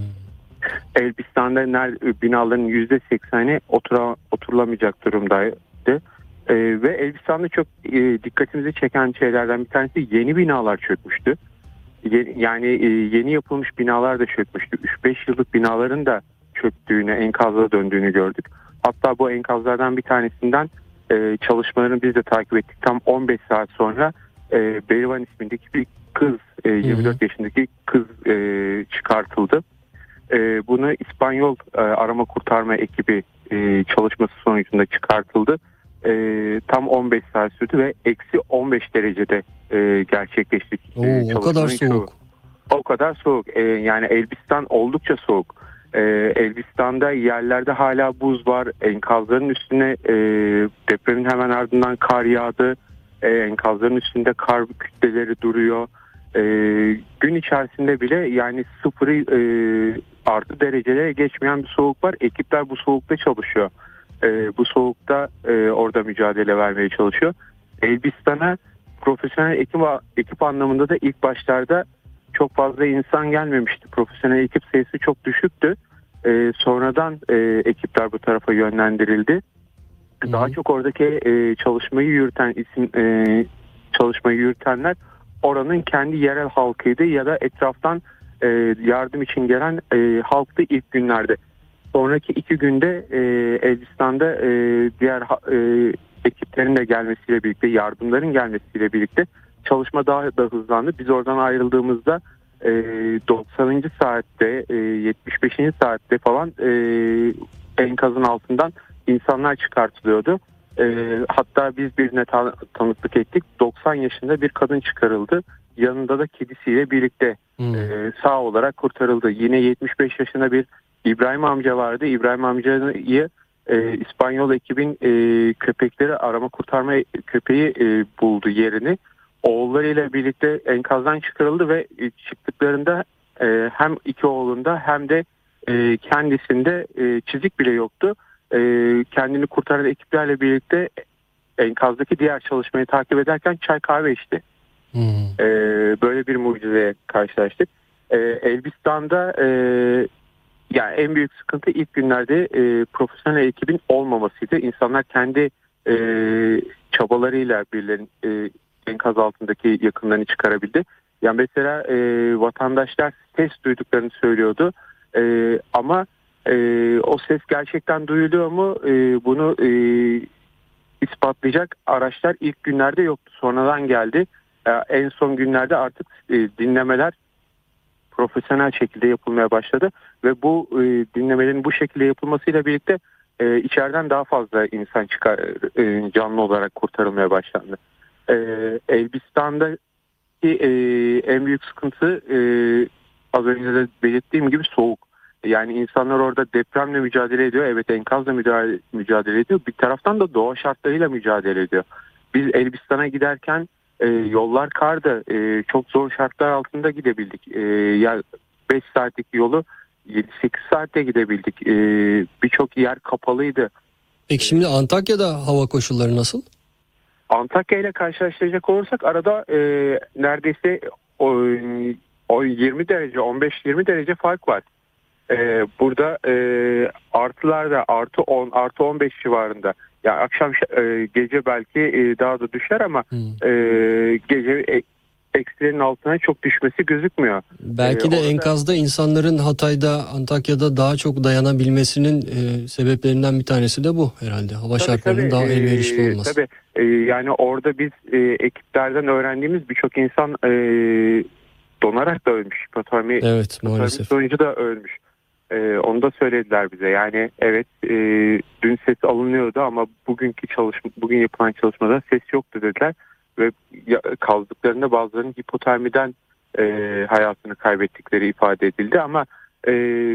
S15: Elbistan'da binaların yüzde sekseni otura, oturulamayacak durumdaydı. Ee, ve Elbistan'da çok e, dikkatimizi çeken şeylerden bir tanesi yeni binalar çökmüştü. Ye, yani e, yeni yapılmış binalar da çökmüştü. üç beş yıllık binaların da çöktüğünü, enkazlara döndüğünü gördük. Hatta bu enkazlardan bir tanesinden e, çalışmalarını biz de takip ettik. Tam on beş saat sonra e, Berivan ismindeki bir kız, e, yirmi dört yaşındaki kız e, çıkartıldı. Bunu İspanyol arama kurtarma ekibi çalışması sonucunda çıkartıldı. Tam on beş saat sürdü ve eksi on beş derecede gerçekleşti.
S5: Oo, o kadar soğuk. Çoğu.
S15: O kadar soğuk. Yani Elbistan oldukça soğuk. Elbistan'da yerlerde hala buz var. Enkazların üstüne depremin hemen ardından kar yağdı. Enkazların üstünde kar kütleleri duruyor. Gün içerisinde bile yani sıfırı artı derecelere geçmeyen bir soğuk var. Ekipler bu soğukta çalışıyor. E, bu soğukta e, orada mücadele vermeye çalışıyor. Elbistan'a profesyonel ekip, ekip anlamında da ilk başlarda çok fazla insan gelmemişti. Profesyonel ekip sayısı çok düşüktü. E, sonradan e, ekipler bu tarafa yönlendirildi. Hı-hı. Daha çok oradaki e, çalışmayı yürüten isim e, çalışmayı yürütenler oranın kendi yerel halkıydı ya da etraftan e, yardım için gelen e, halktı ilk günlerde. Sonraki iki günde e, Elbistan'da e, diğer e, ekiplerin de gelmesiyle birlikte, yardımların gelmesiyle birlikte çalışma daha da hızlandı. Biz oradan ayrıldığımızda e, doksanıncı saatte, e, yetmiş beşinci saatte falan e, enkazın altından insanlar çıkartılıyordu. E, hatta biz birine ta- tanıklık ettik. doksan yaşında bir kadın çıkarıldı. Yanında da kedisiyle birlikte hmm. e, sağ olarak kurtarıldı. Yine yetmiş beş yaşında bir İbrahim amca vardı. İbrahim amcayı e, İspanyol ekibin e, köpekleri arama kurtarma köpeği e, buldu yerini. Oğullarıyla birlikte enkazdan çıkarıldı ve e, çıktıklarında e, hem iki oğlunda hem de e, kendisinde e, çizik bile yoktu. E, kendini kurtaran ekiplerle birlikte enkazdaki diğer çalışmayı takip ederken çay kahve içti. Hmm. E, böyle bir mucizeye karşılaştık. E, Elbistan'da e, yani en büyük sıkıntı ilk günlerde e, profesyonel ekibin olmamasıydı. İnsanlar kendi e, çabalarıyla birilerinin e, enkaz altındaki yakınlarını çıkarabildi. Yani mesela e, vatandaşlar ses duyduklarını söylüyordu. E, ama e, o ses gerçekten duyuluyor mu? E, bunu e, ispatlayacak araçlar ilk günlerde yoktu. Sonradan geldi. E, en son günlerde artık e, dinlemeler profesyonel şekilde yapılmaya başladı ve bu e, dinlemelerin bu şekilde yapılmasıyla birlikte e, içeriden daha fazla insan çıkar e, canlı olarak kurtarılmaya başlandı. E, Elbistan'daki e, en büyük sıkıntı e, az önce de belirttiğim gibi soğuk. Yani insanlar orada depremle mücadele ediyor. Evet, enkazla mücadele, mücadele ediyor. Bir taraftan da doğa şartlarıyla mücadele ediyor. Biz Elbistan'a giderken e, yollar kardı. E, çok zor şartlar altında gidebildik. E, yani beş saatlik yolu yedi sekiz saatte gidebildik. E, Birçok yer kapalıydı.
S5: Peki şimdi Antakya'da hava koşulları nasıl?
S15: Antakya ile karşılaştıracak olursak arada e, neredeyse o, o yirmi derece on beş yirmi derece fark var. Ee, burada e, artılar da artı on artı on beş civarında. Yani akşam e, gece belki e, daha da düşer ama hmm. e, gece e, eksilerin altına çok düşmesi gözükmüyor.
S5: Belki ee, de orada... enkazda insanların Hatay'da, Antakya'da daha çok dayanabilmesinin e, sebeplerinden bir tanesi de bu herhalde. Hava tabii, şartlarının tabii, daha e, elverişli olması.
S15: Tabii. E, yani orada biz e, ekiplerden öğrendiğimiz birçok insan e, donarak da ölmüş. Hipotermi,
S5: evet, maalesef.
S15: Sonucu da ölmüş. Ee, onu da söylediler bize. Yani evet, e, dün ses alınıyordu ama bugünkü çalışma, bugün yapılan çalışmada ses yoktu dediler ve kaldıklarında bazılarının hipotermiden e, hayatını kaybettikleri ifade edildi ama e,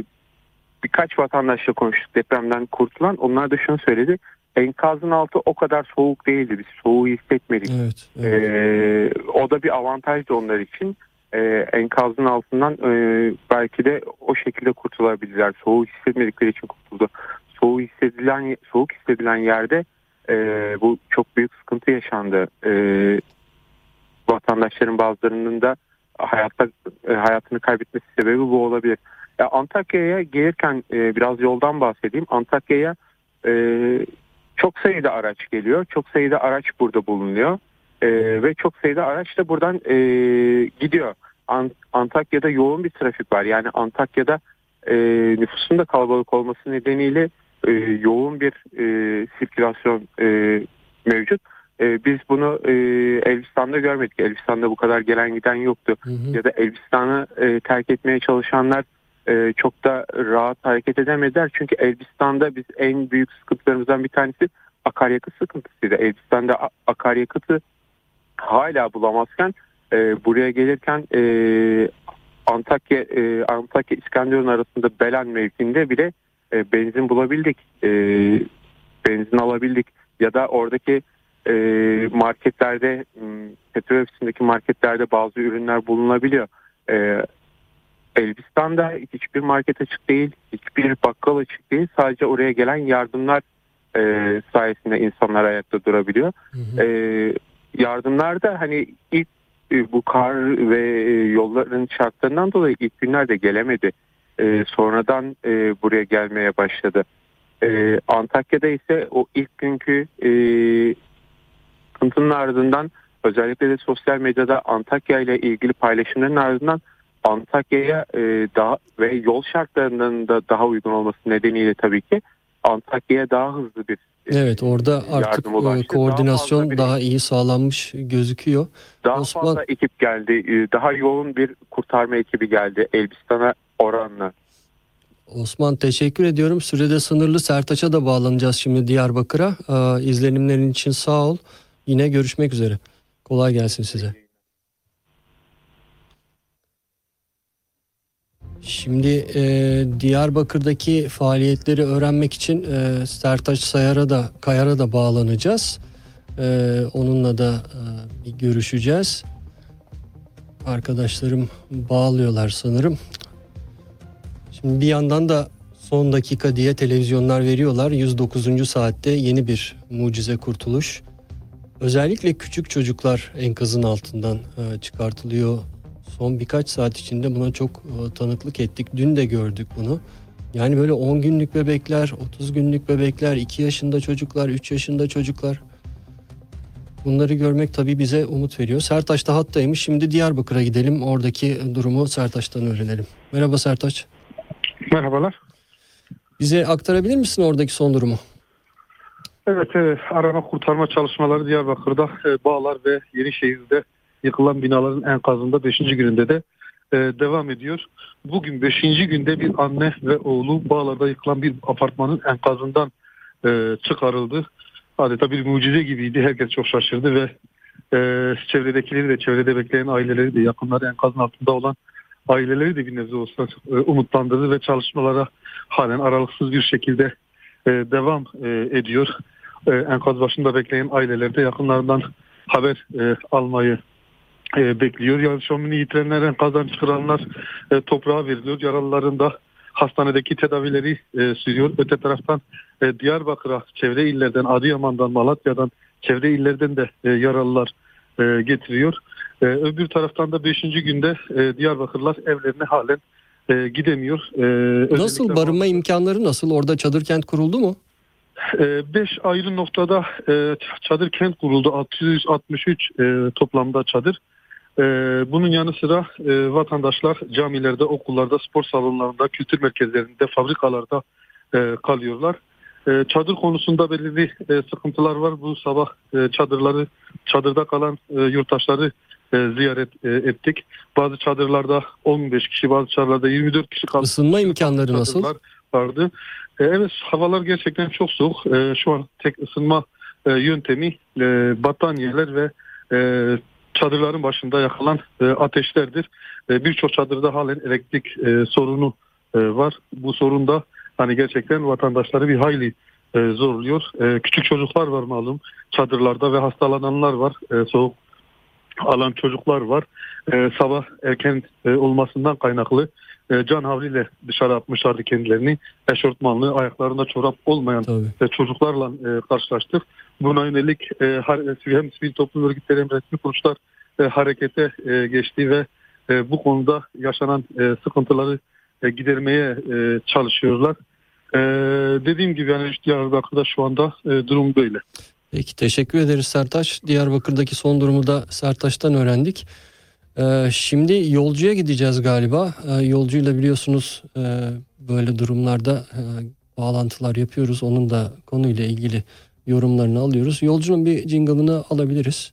S15: birkaç vatandaşla konuştuk depremden kurtulan. Onlar da şunu söyledi: enkazın altı o kadar soğuk değildi, biz soğuğu hissetmedik.
S5: Evet, evet.
S15: E, o da bir avantajdı onlar için. Ee, enkazın altından e, belki de o şekilde kurtulabildiler. Soğuğu hissetmedikleri için kurtuldu. Soğuğu hissedilen soğuk hissedilen yerde e, bu çok büyük sıkıntı yaşandı. E, vatandaşların bazılarının da hayatta e, hayatını kaybetmesi sebebi bu olabilir. Ya, Antakya'ya gelirken e, biraz yoldan bahsedeyim. Antakya'ya e, çok sayıda araç geliyor. Çok sayıda araç burada bulunuyor. Ee, ve çok sayıda araç da buradan e, gidiyor. Ant- Antakya'da yoğun bir trafik var. Yani Antakya'da e, nüfusun da kalabalık olması nedeniyle e, yoğun bir e, sirkülasyon e, mevcut. E, biz bunu e, Elbistan'da görmedik. Elbistan'da bu kadar gelen giden yoktu. Hı hı. Ya da Elbistan'ı e, terk etmeye çalışanlar e, çok da rahat hareket edemediler. Çünkü Elbistan'da biz en büyük sıkıntılarımızdan bir tanesi akaryakıt sıkıntısıydı. Elbistan'da akaryakıtı hala bulamazken e, buraya gelirken e, Antakya e, Antakya İskenderun arasında Belen mevkiinde bile e, benzin bulabildik. E, benzin alabildik. Ya da oradaki e, marketlerde, petrol ofisindeki marketlerde bazı ürünler bulunabiliyor. E, Elbistan'da hiçbir market açık değil, hiçbir bakkal açık değil. Sadece oraya gelen yardımlar e, sayesinde insanlar ayakta durabiliyor. Hı hı. E, yardımlar da hani ilk e, bu kar ve e, yolların şartlarından dolayı ilk günlerde gelemedi. E, sonradan e, buraya gelmeye başladı. E, Antakya'da ise o ilk günkü e, sıkıntının ardından, özellikle de sosyal medyada Antakya ile ilgili paylaşımların ardından Antakya'ya e, daha ve yol şartlarının da daha uygun olması nedeniyle tabii ki Antakya'ya daha hızlı bir
S5: evet, orada artık koordinasyon daha, bir, daha iyi sağlanmış gözüküyor.
S15: Daha
S5: Osman...
S15: fazla ekip geldi. Daha yoğun bir kurtarma ekibi geldi Elbistan'a oranla.
S5: Osman, teşekkür ediyorum. Sürede sınırlı. Sertaç'a da bağlanacağız şimdi, Diyarbakır'a. Ee, izlenimlerin için sağ ol. Yine görüşmek üzere. Kolay gelsin size. Şimdi e, Diyarbakır'daki faaliyetleri öğrenmek için e, Sertaç Sayar'a da Kayar'a da bağlanacağız. E, onunla da e, bir görüşeceğiz. Arkadaşlarım bağlıyorlar sanırım. Şimdi bir yandan da son dakika diye televizyonlar veriyorlar. yüz dokuzuncu saatte yeni bir mucize kurtuluş. Özellikle küçük çocuklar enkazın altından e, çıkartılıyor. Son birkaç saat içinde buna çok e, tanıklık ettik. Dün de gördük bunu. Yani böyle on günlük bebekler, otuz günlük bebekler, iki yaşında çocuklar, üç yaşında çocuklar. Bunları görmek tabii bize umut veriyor. Sertaç da hattaymış. Şimdi Diyarbakır'a gidelim. Oradaki durumu Sertaç'tan öğrenelim. Merhaba Sertaç.
S11: Merhabalar.
S5: Bize aktarabilir misin oradaki son durumu?
S11: Evet, evet. Arama kurtarma çalışmaları Diyarbakır'da, e, Bağlar ve Yenişehir'de yıkılan binaların enkazında beşinci gününde de e, devam ediyor. Bugün beşinci günde bir anne ve oğlu Bağlar'da yıkılan bir apartmanın enkazından e, çıkarıldı. Adeta bir mucize gibiydi. Herkes çok şaşırdı ve e, çevredekileri de, çevrede bekleyen aileleri de, yakınları, enkazın altında olan aileleri de bir nebze olsa e, umutlandırdı ve çalışmalara halen aralıksız bir şekilde e, devam e, ediyor. E, enkaz başında bekleyen aileler de yakınlarından haber e, almayı e, bekliyor. Yaşamını yitirenler, enkazdan çıkarılanlar e, toprağa veriliyor. Yaralıların da hastanedeki tedavileri e, sürüyor. Öte taraftan e, Diyarbakır'a, çevre illerden, Adıyaman'dan, Malatya'dan, çevre illerden de e, yaralılar e, getiriyor. E, öbür taraftan da beşinci günde e, Diyarbakırlar evlerine halen e, gidemiyor. E,
S5: nasıl barınma imkanları nasıl? Orada çadır kent kuruldu mu?
S11: Beş ayrı noktada e, çadır kent kuruldu. altı yüz altmış üç e, toplamda çadır. E, bunun yanı sıra e, vatandaşlar camilerde, okullarda, spor salonlarında, kültür merkezlerinde, fabrikalarda e, kalıyorlar. E, çadır konusunda belirli e, sıkıntılar var. Bu sabah e, çadırları, çadırda kalan e, yurttaşları e, ziyaret e, ettik. Bazı çadırlarda on beş kişi, bazı çadırlarda yirmi dört kişi kaldı.
S5: Isınma imkanları nasıl?
S11: Vardı. E, evet, havalar gerçekten çok soğuk. E, şu an tek ısınma e, yöntemi e, battaniyeler ve e, çadırların başında yakılan e, ateşlerdir. E, Birçok çadırda halen elektrik e, sorunu e, var. Bu sorun da hani gerçekten vatandaşları bir hayli e, zorluyor. E, küçük çocuklar var malum çadırlarda ve hastalananlar var. E, soğuk alan çocuklar var. E, sabah erken e, olmasından kaynaklı e, can havliyle dışarı atmışlardı kendilerini. Eşortmanlı, ayaklarında çorap olmayan e, çocuklarla e, karşılaştık. Buna yönelik e, hem sivil toplum örgütleri hem resmi kuruluşlar e, harekete e, geçti ve e, bu konuda yaşanan e, sıkıntıları e, gidermeye e, çalışıyorlar. E, dediğim gibi yani Diyarbakır'da şu anda e, durum böyle.
S5: Peki, teşekkür ederiz Sertaç. Diyarbakır'daki son durumu da Sertaç'tan öğrendik. Ee, şimdi yolcuya gideceğiz galiba. Ee, yolcuyla biliyorsunuz e, böyle durumlarda e, bağlantılar yapıyoruz. Onun da konuyla ilgili yorumlarını alıyoruz. Yolcunun bir jingle'ını alabiliriz.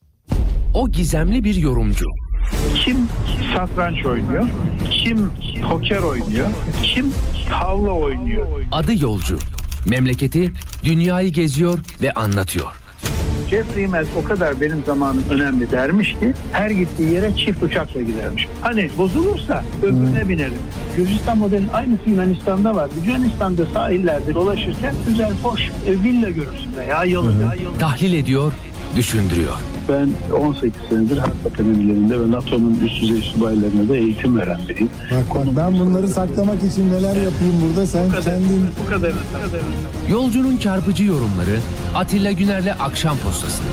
S1: O gizemli bir yorumcu.
S16: Kim satranç oynuyor, kim poker oynuyor, kim tavla oynuyor.
S1: Adı Yolcu. Memleketi, dünyayı geziyor ve anlatıyor.
S16: Jeffrey Immelt o kadar benim zamanım önemli dermiş ki her gittiği yere çift uçakla gidermiş. Hani bozulursa öbürüne binerim. Gürcistan modelinin aynısı Yunanistan'da var. Yunanistan'da sahillerde dolaşırken güzel, hoş e, villa görürsün veya yalı.
S1: Tahlil ediyor, düşündürüyor.
S16: Ben on sekiz senedir harp akademilerinde ve NATO'nun üst düzey subaylarına da eğitim veren biriyim.
S3: Bak bak ben bunları saklamak için neler yapayım burada sen
S16: bu kadar,
S3: kendin...
S16: Bu kadar, bu kadar.
S1: Yolcunun çarpıcı yorumları Atilla Güner'le Akşam Postası'nda.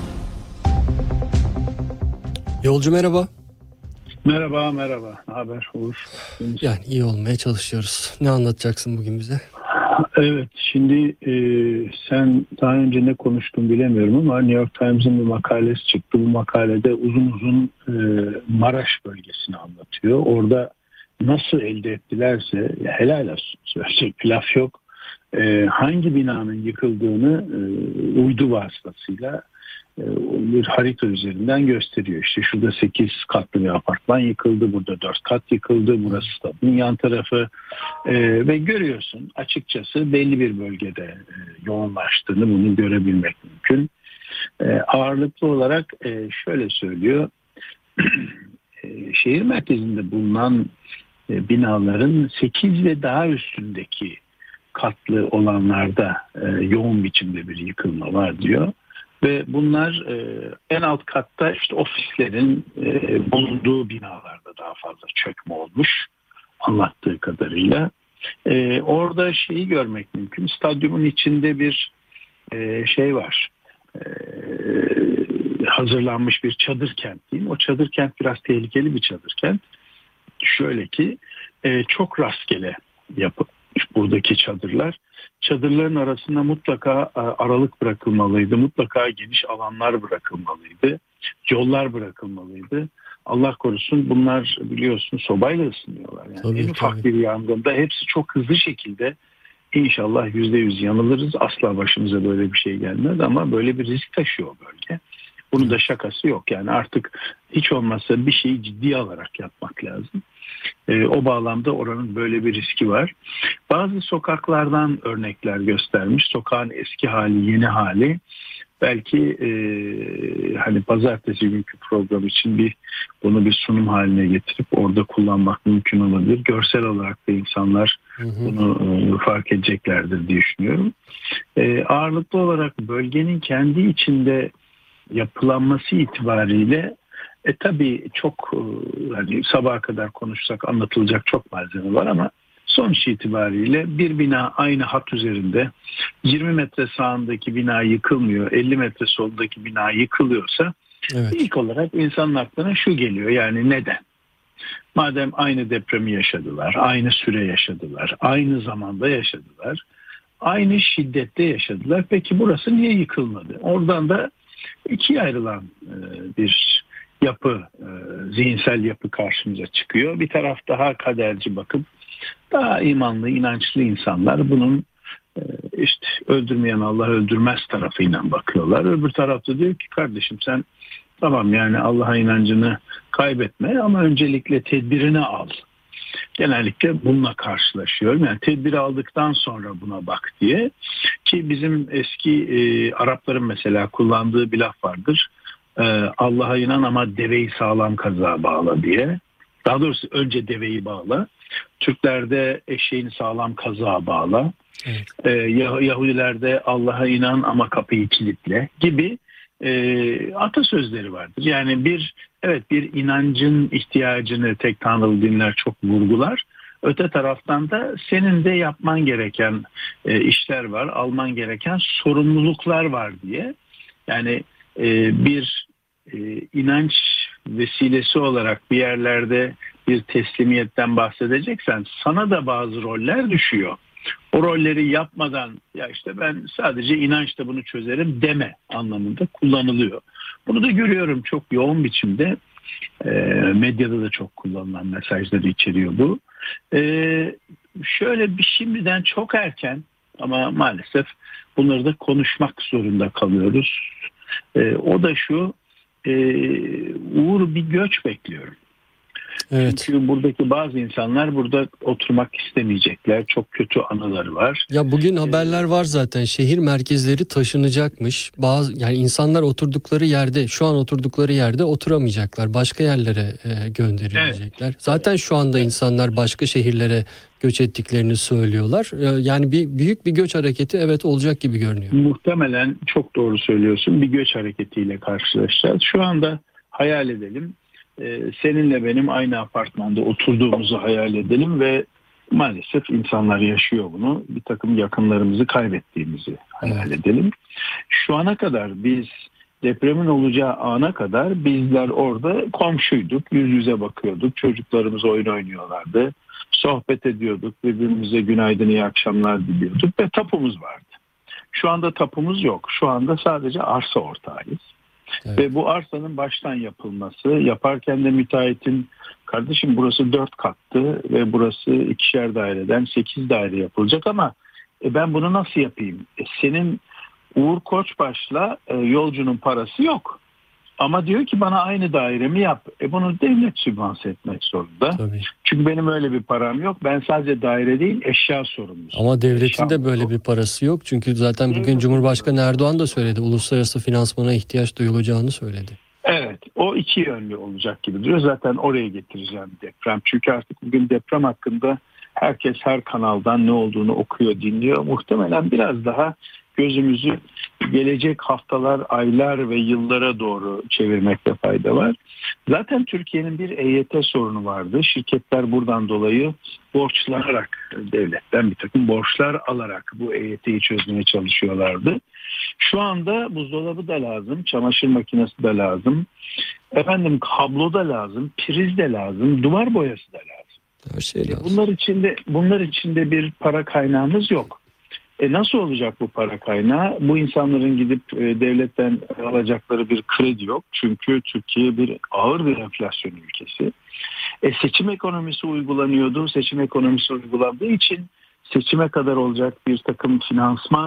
S5: Yolcu merhaba.
S16: Merhaba, merhaba. Ne haber Uğur?
S5: Yani iyi olmaya çalışıyoruz. Ne anlatacaksın bugün bize?
S16: Evet, şimdi e, sen daha önce ne konuştun bilemiyorum ama New York Times'ın bir makalesi çıktı. Bu makalede uzun uzun e, Maraş bölgesini anlatıyor. Orada nasıl elde ettilerse, helal olsun, söyleyecek bir laf yok. E, hangi binanın yıkıldığını e, uydu vasıtasıyla e, bir harita üzerinden gösteriyor. İşte şurada sekiz katlı bir apartman yıkıldı, burada dört kat yıkıldı, burası stadın yan tarafı e, ve görüyorsun açıkçası belli bir bölgede e, yoğunlaştığını, bunu görebilmek mümkün. E, ağırlıklı olarak e, şöyle söylüyor, e, şehir merkezinde bulunan e, binaların sekiz ve daha üstündeki katlı olanlarda e, yoğun biçimde bir yıkılma var diyor. Ve bunlar e, en alt katta işte ofislerin e, bulunduğu binalarda daha fazla çökme olmuş anlattığı kadarıyla. E, orada şeyi görmek mümkün. Stadyumun içinde bir e, şey var. E, hazırlanmış bir çadır kent diyeyim. O çadır kent biraz tehlikeli bir çadır kent. Şöyle ki e, çok rastgele yapılmış buradaki çadırlar. Çadırların arasında mutlaka aralık bırakılmalıydı. Mutlaka geniş alanlar bırakılmalıydı. Yollar bırakılmalıydı. Allah korusun bunlar biliyorsun sobayla ısınıyorlar. Yani
S5: tabii,
S16: en ufak
S5: tabii.
S16: bir yangında hepsi çok hızlı şekilde inşallah yüzde yüz yanılırız. Asla başımıza böyle bir şey gelmez ama böyle bir risk taşıyor bölge. Bunun da şakası yok. Yani artık hiç olmazsa bir şeyi ciddiye alarak yapmak lazım. E, o bağlamda oranın böyle bir riski var. Bazı sokaklardan örnekler göstermiş. Sokağın eski hali, yeni hali. Belki e, hani pazartesi günkü program için bir bunu bir sunum haline getirip orada kullanmak mümkün olabilir. Görsel olarak da insanlar hı hı. bunu e, fark edeceklerdir diye düşünüyorum. E, ağırlıklı olarak bölgenin kendi içinde yapılanması itibariyle e tabii çok hani sabaha kadar konuşsak anlatılacak çok malzeme var ama sonuç itibariyle bir bina aynı hat üzerinde yirmi metre sağındaki bina yıkılmıyor, elli metre soldaki bina yıkılıyorsa evet. ilk olarak insanın aklına şu geliyor, yani neden? Madem aynı depremi yaşadılar, aynı süre yaşadılar, aynı zamanda yaşadılar, aynı şiddette yaşadılar, peki burası niye yıkılmadı? Oradan da ikiye ayrılan bir yapı, zihinsel yapı karşımıza çıkıyor. Bir taraf daha kaderci bakıp daha imanlı, inançlı insanlar bunun işte öldürmeyen Allah öldürmez tarafıyla bakıyorlar. Öbür tarafta diyor ki kardeşim sen tamam yani Allah'a inancını kaybetme ama öncelikle tedbirini al. Genellikle bununla karşılaşıyorum. Yani tedbiri aldıktan sonra buna bak diye. Ki bizim eski e, Arapların mesela kullandığı bir laf vardır. E, Allah'a inan ama deveyi sağlam kazığa bağla diye. Daha doğrusu önce deveyi bağla. Türklerde eşeğini sağlam kazığa bağla. Evet. E, Yahudilerde Allah'a inan ama kapıyı kilitle gibi e, atasözleri vardır. Yani bir evet bir inancın ihtiyacını tek tanrılı dinler çok vurgular. Öte taraftan da senin de yapman gereken e, işler var, alman gereken sorumluluklar var diye. Yani e, bir e, inanç vesilesi olarak bir yerlerde bir teslimiyetten bahsedeceksen sana da bazı roller düşüyor. O rolleri yapmadan ya işte ben sadece inançla bunu çözerim deme anlamında kullanılıyor. Bunu da görüyorum çok yoğun biçimde. E, medyada da çok kullanılan mesajları içeriyor bu. E, şöyle bir şimdiden çok erken ama maalesef bunları da konuşmak zorunda kalıyoruz. E, o da şu, e, Uğur bir göç bekliyorum. Evet. Çünkü buradaki bazı insanlar burada oturmak istemeyecekler. Çok kötü anıları var.
S5: Ya bugün haberler var zaten. Şehir merkezleri taşınacakmış. Bazı yani insanlar oturdukları yerde, şu an oturdukları yerde oturamayacaklar. Başka yerlere e, gönderilecekler. Evet. Zaten şu anda insanlar başka şehirlere göç ettiklerini söylüyorlar. E, yani bir büyük bir göç hareketi evet olacak gibi görünüyor.
S16: Muhtemelen çok doğru söylüyorsun. Bir göç hareketiyle karşılaşacağız. Şu anda hayal edelim. Seninle benim aynı apartmanda oturduğumuzu hayal edelim ve maalesef insanlar yaşıyor bunu. Bir takım yakınlarımızı kaybettiğimizi hayal edelim. Şu ana kadar biz depremin olacağı ana kadar bizler orada komşuyduk, yüz yüze bakıyorduk, çocuklarımız oyun oynuyorlardı, sohbet ediyorduk, birbirimize günaydın, iyi akşamlar diliyorduk ve tapumuz vardı. Şu anda tapumuz yok, şu anda sadece arsa ortağıyız. Evet. Ve bu arsanın baştan yapılması, yaparken de müteahhitin kardeşim burası dört kattı ve burası ikişer daireden sekiz daire yapılacak ama e ben bunu nasıl yapayım? E senin Uğur Koçbaş'la e, yolcunun parası yok. Ama diyor ki bana aynı dairemi yap. E bunu devlet sübvanse etmek zorunda. Tabii. Çünkü benim öyle bir param yok. Ben sadece daire değil eşya sorumlusu.
S5: Ama devletin eşya de böyle yok. Bir parası yok. Çünkü zaten bugün evet. Cumhurbaşkanı Erdoğan da söyledi. Uluslararası finansmana ihtiyaç duyulacağını söyledi.
S16: Evet, o iki yönlü olacak gibi duruyor. Zaten oraya getireceğim deprem. Çünkü artık bugün deprem hakkında herkes her kanaldan ne olduğunu okuyor, dinliyor. Muhtemelen biraz daha gözümüzü gelecek haftalar, aylar ve yıllara doğru çevirmekte fayda var. Zaten Türkiye'nin bir E Y T sorunu vardı. Şirketler buradan dolayı borçlanarak, devletten bir takım borçlar alarak bu E Y T'yi çözmeye çalışıyorlardı. Şu anda buzdolabı da lazım, çamaşır makinesi de lazım, efendim kablo da lazım, priz de lazım, duvar boyası da lazım.
S5: Her şey lazım.
S16: Bunlar içinde, bunlar içinde bir para kaynağımız yok. E nasıl olacak bu para kaynağı? Bu insanların gidip e, devletten alacakları bir kredi yok. Çünkü Türkiye bir ağır bir enflasyon ülkesi. E, seçim ekonomisi uygulanıyordu. Seçim ekonomisi uygulandığı için seçime kadar olacak bir takım finansman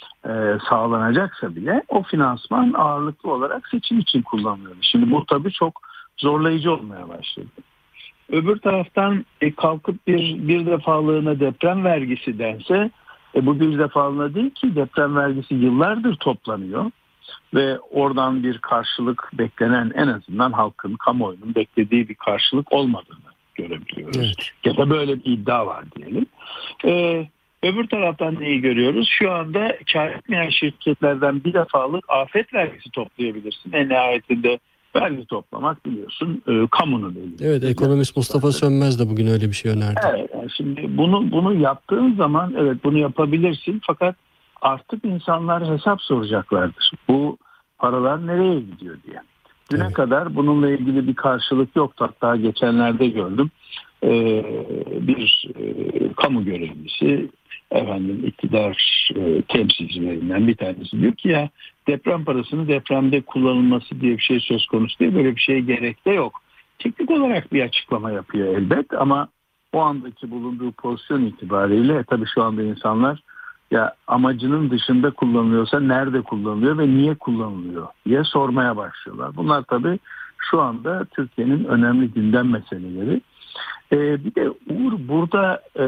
S11: e, sağlanacaksa bile o finansman ağırlıklı olarak seçim için kullanılıyor. Şimdi bu tabii çok zorlayıcı olmaya başladı. Öbür taraftan e, kalkıp bir bir defalığına deprem vergisi dense, e, bu bir defalığına değil ki, deprem vergisi yıllardır toplanıyor ve oradan bir karşılık beklenen, en azından halkın, kamuoyunun beklediği bir karşılık olmadığını görebiliyoruz. Evet. Ya da böyle bir iddia var diyelim. E, öbür taraftan neyi görüyoruz? Şu anda kar etmeyen şirketlerden bir defalık afet vergisi toplayabilirsin. En nihayetinde vergi toplamak biliyorsun e, kamunun elinde.
S5: Evet, ekonomist Mustafa Sönmez de bugün öyle bir şey önerdi.
S11: Evet, yani şimdi bunu bunu yaptığın zaman evet bunu yapabilirsin, fakat artık insanlar hesap soracaklardır. Bu paralar nereye gidiyor diye. Düne evet. kadar bununla ilgili bir karşılık yoktu. Hatta geçenlerde gördüm e, bir e, kamu görevlisi, efendim iktidar e, temsilcilerinden bir tanesi diyor ki ya deprem parasının depremde kullanılması diye bir şey söz konusu değil, böyle bir şeye gerek de yok. Teknik olarak bir açıklama yapıyor elbet, ama o andaki bulunduğu pozisyon itibariyle tabii şu anda insanlar ya amacının dışında kullanılıyorsa nerede kullanılıyor ve niye kullanılıyor diye sormaya başlıyorlar. Bunlar tabii şu anda Türkiye'nin önemli gündem meseleleri. Ee, bir de Uğur, burada e,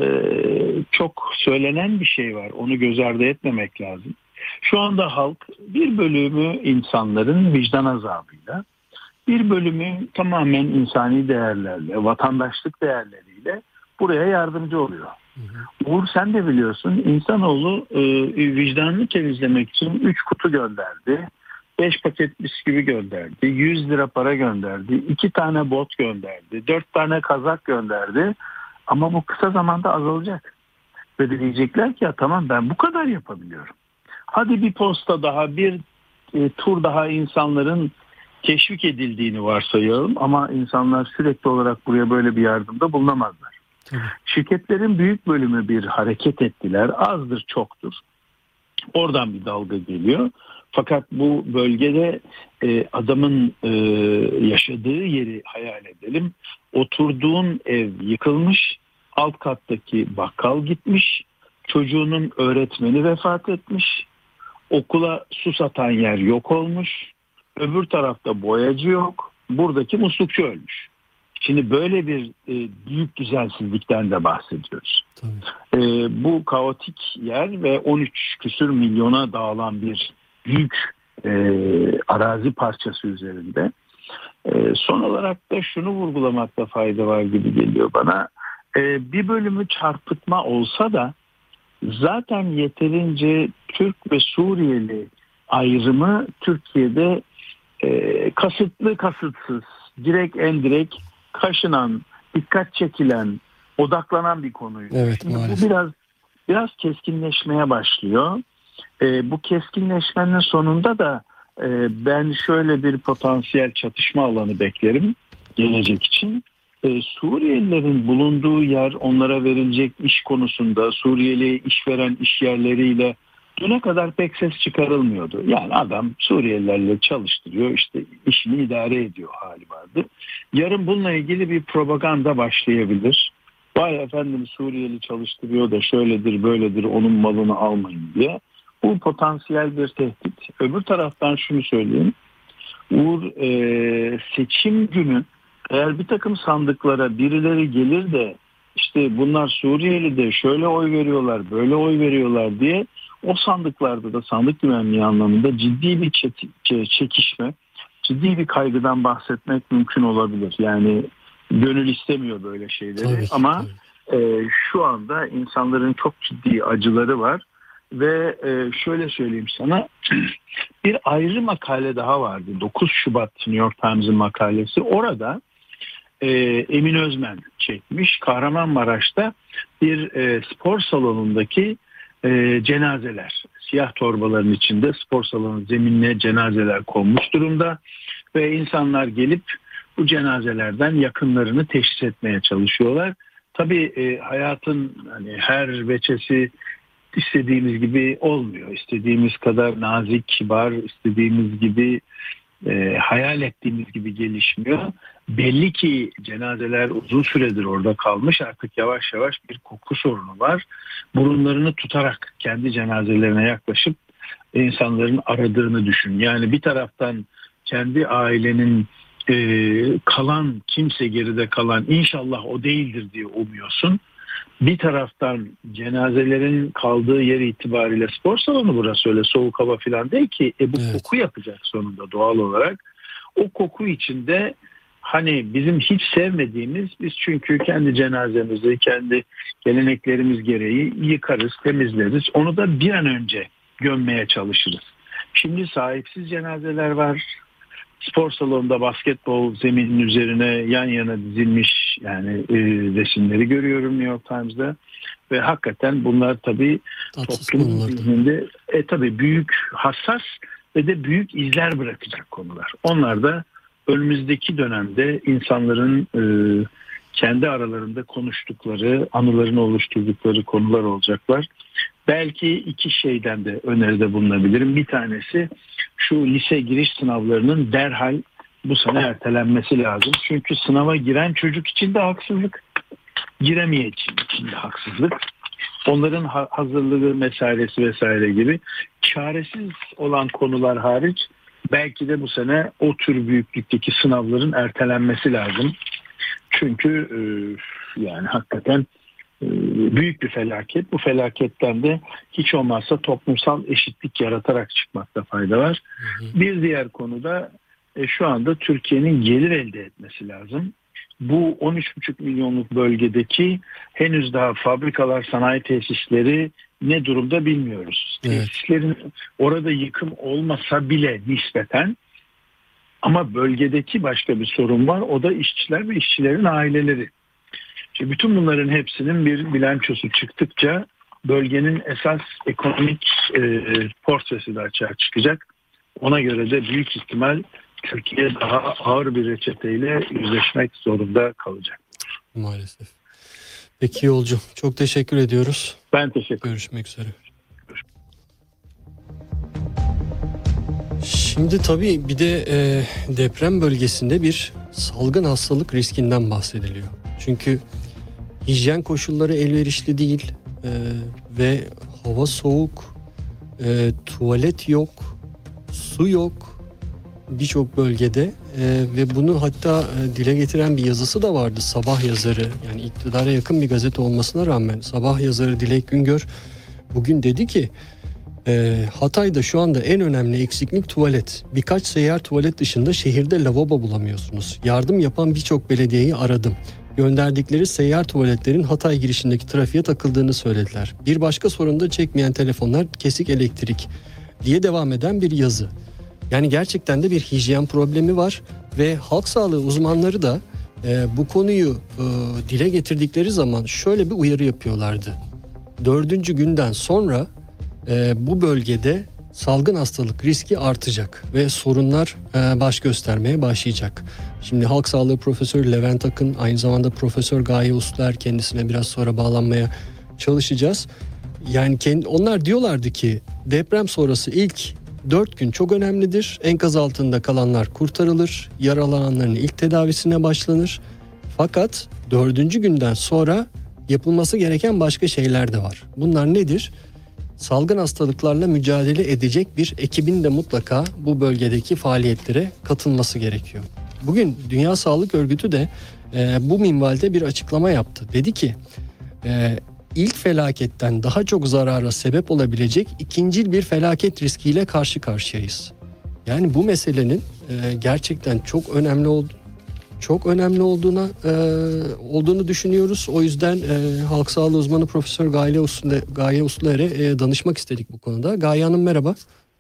S11: çok söylenen bir şey var. Onu göz ardı etmemek lazım. Şu anda halk bir bölümü insanların vicdan azabıyla, bir bölümü tamamen insani değerlerle, vatandaşlık değerleriyle buraya yardımcı oluyor. Hı hı. Uğur, sen de biliyorsun, insanoğlu e, vicdanını temizlemek için üç kutu gönderdi. beş paket bisküvi gönderdi, yüz lira para gönderdi, iki tane bot gönderdi, dört tane kazak gönderdi. Ama bu kısa zamanda azalacak. Ve de diyecekler ki ya tamam, ben bu kadar yapabiliyorum. Hadi bir posta daha, bir e, tur daha insanların teşvik edildiğini varsayalım, ama insanlar sürekli olarak buraya böyle bir yardımda bulunamazlar. Tabii. Şirketlerin büyük bölümü bir hareket ettiler, azdır çoktur. Oradan bir dalga geliyor. Fakat bu bölgede e, adamın e, yaşadığı yeri hayal edelim. Oturduğun ev yıkılmış, alt kattaki bakkal gitmiş, çocuğunun öğretmeni vefat etmiş, okula su satan yer yok olmuş, öbür tarafta boyacı yok, buradaki muslukçu ölmüş. Şimdi böyle bir e, büyük düzensizlikten de bahsediyoruz. E, bu kaotik yer ve on üç küsür milyona dağılan bir büyük e, arazi parçası üzerinde. E, son olarak da şunu vurgulamakta fayda var gibi geliyor bana. E, bir bölümü çarpıtma olsa da zaten yeterince Türk ve Suriyeli ayrımı Türkiye'de e, kasıtlı kasıtsız, direkt endirekt kaşınan, dikkat çekilen, odaklanan bir konuyu.
S5: Evet,
S11: bu biraz biraz keskinleşmeye başlıyor. E, bu keskinleşmenin sonunda da e, ben şöyle bir potansiyel çatışma alanı beklerim gelecek için. E, Suriyelilerin bulunduğu yer, onlara verilecek iş konusunda Suriyeli işveren iş yerleriyle düne kadar pek ses çıkarılmıyordu. Yani adam Suriyelilerle çalıştırıyor, işte işini idare ediyor hali vardı. Yarın bununla ilgili bir propaganda başlayabilir. Vay efendim, Suriyeli çalıştırıyor da şöyledir böyledir, onun malını almayın diye. Bu potansiyel bir tehdit. Öbür taraftan şunu söyleyeyim. Uğur, e, seçim günü eğer bir takım sandıklara birileri gelir de işte bunlar Suriyeli de şöyle oy veriyorlar, böyle oy veriyorlar diye, o sandıklarda da sandık güvenliği anlamında ciddi bir çekişme, ciddi bir kaygıdan bahsetmek mümkün olabilir. Yani gönül istemiyor böyle şeyleri, tabii, ama tabii. E, şu anda insanların çok ciddi acıları var. Ve e, şöyle söyleyeyim sana, bir ayrı makale daha vardı. dokuz Şubat New York Times'ın makalesi. Orada e, Emin Özmen çekmiş. Kahramanmaraş'ta bir e, spor salonundaki e, cenazeler. Siyah torbaların içinde spor salonu zeminine cenazeler konmuş durumda. Ve insanlar gelip bu cenazelerden yakınlarını teşhis etmeye çalışıyorlar. Tabii e, hayatın hani her veçesi istediğimiz gibi olmuyor. İstediğimiz kadar nazik, kibar, istediğimiz gibi e, hayal ettiğimiz gibi gelişmiyor. Belli ki cenazeler uzun süredir orada kalmış. Artık yavaş yavaş bir koku sorunu var. Burunlarını tutarak kendi cenazelerine yaklaşıp
S16: insanların aradığını düşün. Yani bir taraftan kendi ailenin e, kalan kimse geride kalan inşallah o değildir diye umuyorsun. Bir taraftan cenazelerin kaldığı yer itibariyle spor salonu burası öyle soğuk hava falan değil ki. E bu evet. Koku yapacak sonunda doğal olarak. O koku içinde hani bizim hiç sevmediğimiz biz çünkü kendi cenazemizi kendi geleneklerimiz gereği yıkarız, temizleriz. Onu da bir an önce gömmeye çalışırız. Şimdi sahipsiz cenazeler var. Spor salonunda basketbol zemininin üzerine yan yana dizilmiş yani e, resimleri görüyorum New York Times'da ve hakikaten bunlar tabii toplumun zihninde e, tabii büyük hassas ve de büyük izler bırakacak konular. Onlar da önümüzdeki dönemde insanların e, kendi aralarında konuştukları, anılarını oluşturdukları konular olacaklar. Belki iki şeyden de öneride bulunabilirim. Bir tanesi şu lise giriş sınavlarının derhal bu sene ertelenmesi lazım. Çünkü sınava giren çocuk için de haksızlık, giremeyeceği için de haksızlık. Onların hazırlığı meselesi vesaire gibi çaresiz olan konular hariç belki de bu sene o tür büyüklükteki sınavların ertelenmesi lazım. Çünkü e, yani hakikaten e, büyük bir felaket. Bu felaketten de hiç olmazsa toplumsal eşitlik yaratarak çıkmakta fayda var. Hı hı. Bir diğer konuda e, şu anda Türkiye'nin gelir elde etmesi lazım. Bu on üç buçuk milyonluk bölgedeki henüz daha fabrikalar, sanayi tesisleri ne durumda bilmiyoruz. Evet. Tesislerin orada yıkım olmasa bile nispeten ama bölgedeki başka bir sorun var. O da işçiler ve işçilerin aileleri. İşte bütün bunların hepsinin bir bilançosu çıktıkça bölgenin esas ekonomik e, portresi de açığa çıkacak. Ona göre de büyük ihtimal Türkiye daha ağır bir reçeteyle yüzleşmek zorunda kalacak.
S5: Maalesef. Peki Yolcu, çok teşekkür ediyoruz.
S16: Ben teşekkür ederim.
S5: Görüşmek üzere. Şimdi tabii bir de e, deprem bölgesinde bir salgın hastalık riskinden bahsediliyor. Çünkü hijyen koşulları elverişli değil e, ve hava soğuk, e, tuvalet yok, su yok birçok bölgede e, ve bunu hatta e, dile getiren bir yazısı da vardı. Sabah yazarı, yani iktidara yakın bir gazete olmasına rağmen Sabah yazarı Dilek Güngör bugün dedi ki e, Hatay'da şu anda en önemli eksiklik tuvalet. Birkaç seyyar tuvalet dışında şehirde lavabo bulamıyorsunuz. Yardım yapan birçok belediyeyi aradım. Gönderdikleri seyyar tuvaletlerin Hatay girişindeki trafiğe takıldığını söylediler. Bir başka sorun da çekmeyen telefonlar, kesik elektrik diye devam eden bir yazı. Yani gerçekten de bir hijyen problemi var ve halk sağlığı uzmanları da e, bu konuyu e, dile getirdikleri zaman şöyle bir uyarı yapıyorlardı. Dördüncü günden sonra e, bu bölgede salgın hastalık riski artacak ve sorunlar e, baş göstermeye başlayacak. Şimdi Halk Sağlığı Profesörü Levent Akın, aynı zamanda Profesör Gaye Usluer, kendisine biraz sonra bağlanmaya çalışacağız. Yani kendi, onlar diyorlardı ki deprem sonrası ilk dört gün çok önemlidir. Enkaz altında kalanlar kurtarılır. Yaralananların ilk tedavisine başlanır. Fakat dördüncü günden sonra yapılması gereken başka şeyler de var. Bunlar nedir? Salgın hastalıklarla mücadele edecek bir ekibin de mutlaka bu bölgedeki faaliyetlere katılması gerekiyor. Bugün Dünya Sağlık Örgütü de e, bu minvalde bir açıklama yaptı. Dedi ki e, ilk felaketten daha çok zarara sebep olabilecek ikincil bir felaket riskiyle karşı karşıyayız. Yani bu meselenin e, gerçekten çok önemli oldu, çok önemli olduğuna e, olduğunu düşünüyoruz. O yüzden e, halk sağlığı uzmanı Profesör Gaye Usluer, Gaye Usluer'e e, danışmak istedik bu konuda. Gaye Hanım merhaba.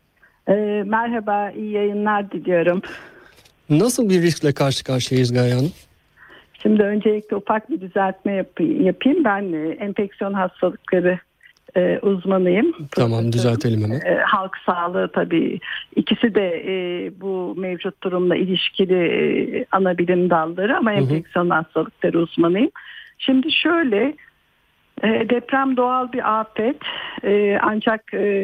S17: E, merhaba, iyi yayınlar diliyorum.
S5: Nasıl bir riskle karşı karşıyayız Gaye Hanım?
S17: Şimdi öncelikle ufak bir düzeltme yap- yapayım. Ben e, enfeksiyon hastalıkları e, uzmanıyım.
S5: Tamam, düzeltelim hemen.
S17: E, halk sağlığı tabii ikisi de e, bu mevcut durumla ilişkili e, ana bilim dalları ama hı hı. enfeksiyon hastalıkları uzmanıyım. Şimdi şöyle e, deprem doğal bir afet e, ancak e,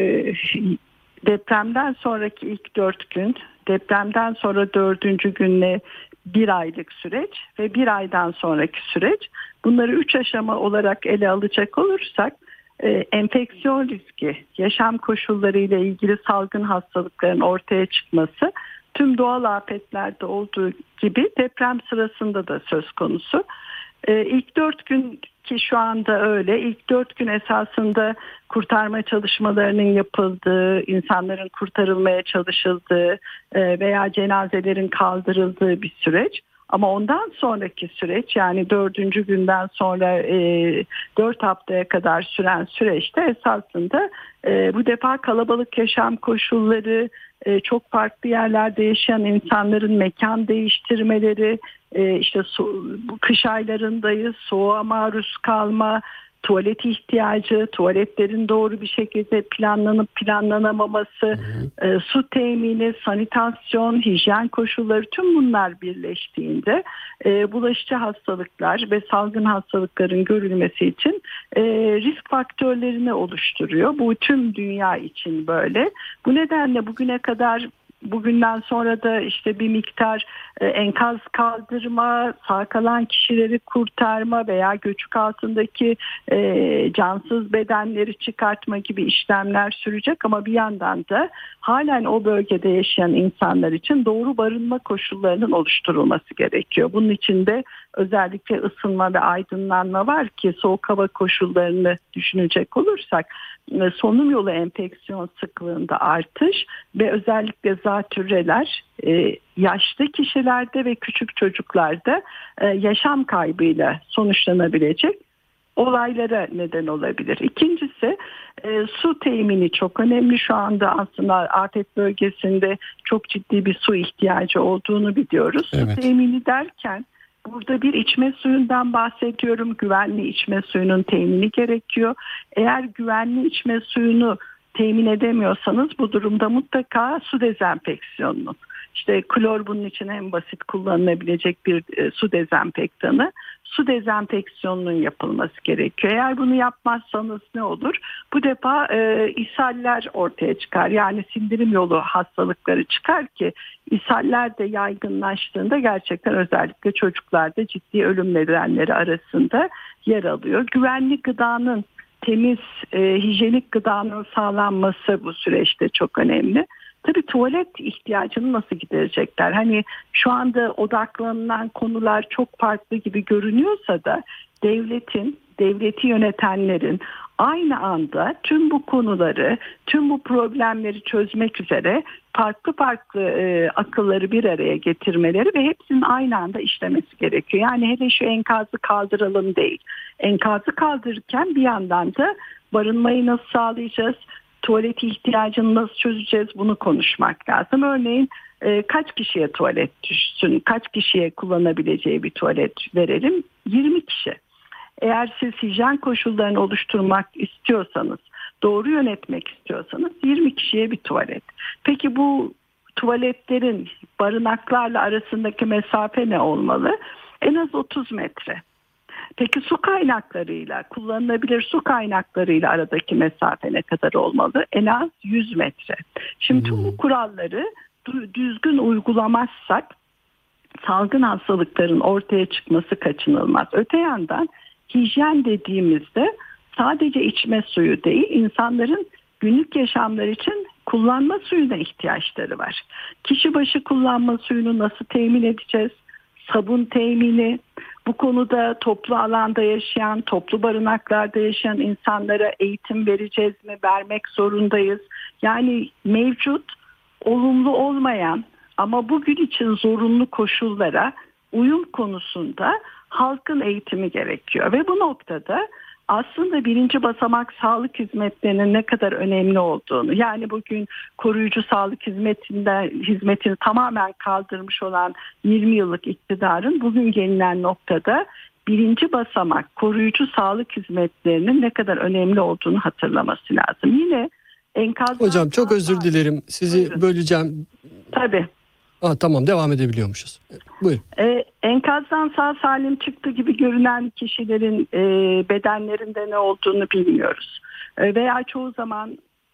S17: depremden sonraki ilk dört gün, depremden sonra dördüncü günle bir aylık süreç ve bir aydan sonraki süreç. Bunları üç aşama olarak ele alacak olursak e, enfeksiyon riski, yaşam koşulları ile ilgili salgın hastalıkların ortaya çıkması tüm doğal afetlerde olduğu gibi deprem sırasında da söz konusu. Ee, ilk dört gün ki şu anda öyle, ilk dört gün esasında kurtarma çalışmalarının yapıldığı, insanların kurtarılmaya çalışıldığı e, veya cenazelerin kaldırıldığı bir süreç. Ama ondan sonraki süreç, yani dördüncü günden sonra e, dört haftaya kadar süren süreçte esasında e, bu defa kalabalık yaşam koşulları, e, çok farklı yerlerde yaşayan insanların mekan değiştirmeleri, e, işte so- bu kış aylarındayız, soğuğa maruz kalma, tuvalet ihtiyacı, tuvaletlerin doğru bir şekilde planlanıp planlanamaması, e, su temini, sanitasyon, hijyen koşulları, tüm bunlar birleştiğinde e, bulaşıcı hastalıklar ve salgın hastalıkların görülmesi için e, risk faktörlerini oluşturuyor. Bu tüm dünya için böyle. Bu nedenle bugüne kadar, bugünden sonra da işte bir miktar e, enkaz kaldırma, sağ kalan kişileri kurtarma veya göçük altındaki e, cansız bedenleri çıkartma gibi işlemler sürecek, ama bir yandan da halen o bölgede yaşayan insanlar için doğru barınma koşullarının oluşturulması gerekiyor. Bunun için de özellikle ısınma ve aydınlanma var ki, soğuk hava koşullarını düşünecek olursak solunum yolu enfeksiyon sıklığında artış ve özellikle zatürreler e, yaşlı kişilerde ve küçük çocuklarda e, yaşam kaybıyla sonuçlanabilecek olaylara neden olabilir. İkincisi e, su temini çok önemli. Şu anda aslında afet bölgesinde çok ciddi bir su ihtiyacı olduğunu biliyoruz.
S5: Evet.
S17: Su temini derken burada bir içme suyundan bahsediyorum. Güvenli içme suyunun temini gerekiyor. Eğer güvenli içme suyunu temin edemiyorsanız bu durumda mutlaka su dezenfeksiyonunun, İşte klor bunun için en basit kullanılabilecek bir e, su dezenfektanı, su dezenfeksiyonunun yapılması gerekiyor. Eğer bunu yapmazsanız ne olur? Bu defa e, ishaller ortaya çıkar. Yani sindirim yolu hastalıkları çıkar ki ishaller de yaygınlaştığında gerçekten özellikle çocuklarda ciddi ölüm nedenleri arasında yer alıyor. Güvenli gıdanın, temiz, e, hijyenik gıdanın sağlanması bu süreçte çok önemli. Tabii tuvalet ihtiyacını nasıl giderecekler? Hani şu anda odaklanılan konular çok farklı gibi görünüyorsa da devletin, devleti yönetenlerin aynı anda tüm bu konuları, tüm bu problemleri çözmek üzere farklı farklı e, akılları bir araya getirmeleri ve hepsinin aynı anda işlemesi gerekiyor. Yani hele şu enkazı kaldıralım değil. Enkazı kaldırırken bir yandan da barınmayı nasıl sağlayacağız? Tuvalet ihtiyacını nasıl çözeceğiz, bunu konuşmak lazım. Örneğin e, kaç kişiye tuvalet düşsün, kaç kişiye kullanabileceği bir tuvalet verelim? yirmi kişi. Eğer siz hijyen koşullarını oluşturmak istiyorsanız, doğru yönetmek istiyorsanız yirmi kişiye bir tuvalet. Peki bu tuvaletlerin barınaklarla arasındaki mesafe ne olmalı? En az otuz metre. Peki su kaynaklarıyla, kullanılabilir su kaynaklarıyla aradaki mesafe ne kadar olmalı? En az yüz metre. Şimdi tüm bu kuralları düzgün uygulamazsak salgın hastalıkların ortaya çıkması kaçınılmaz. Öte yandan hijyen dediğimizde sadece içme suyu değil, insanların günlük yaşamlar için kullanma suyuna ihtiyaçları var. Kişi başı kullanma suyunu nasıl temin edeceğiz? Sabun temini, bu konuda toplu alanda yaşayan, toplu barınaklarda yaşayan insanlara eğitim vereceğiz mi? Vermek zorundayız. Yani mevcut, olumlu olmayan ama bugün için zorunlu koşullara uyum konusunda halkın eğitimi gerekiyor. Ve bu noktada aslında birinci basamak sağlık hizmetlerinin ne kadar önemli olduğunu, yani bugün koruyucu sağlık hizmetinden hizmetini tamamen kaldırmış olan yirmi yıllık iktidarın bugün gelinen noktada birinci basamak koruyucu sağlık hizmetlerinin ne kadar önemli olduğunu hatırlaması lazım. Yine enkazdan...
S5: Hocam çok özür dilerim. Sizi Buyurun. böleceğim.
S17: Tabii.
S5: Aa, tamam, devam edebiliyormuşuz. Buyurun.
S17: Ee, enkazdan sağ salim çıktı gibi görünen kişilerin e, bedenlerinde ne olduğunu bilmiyoruz. E, veya çoğu zaman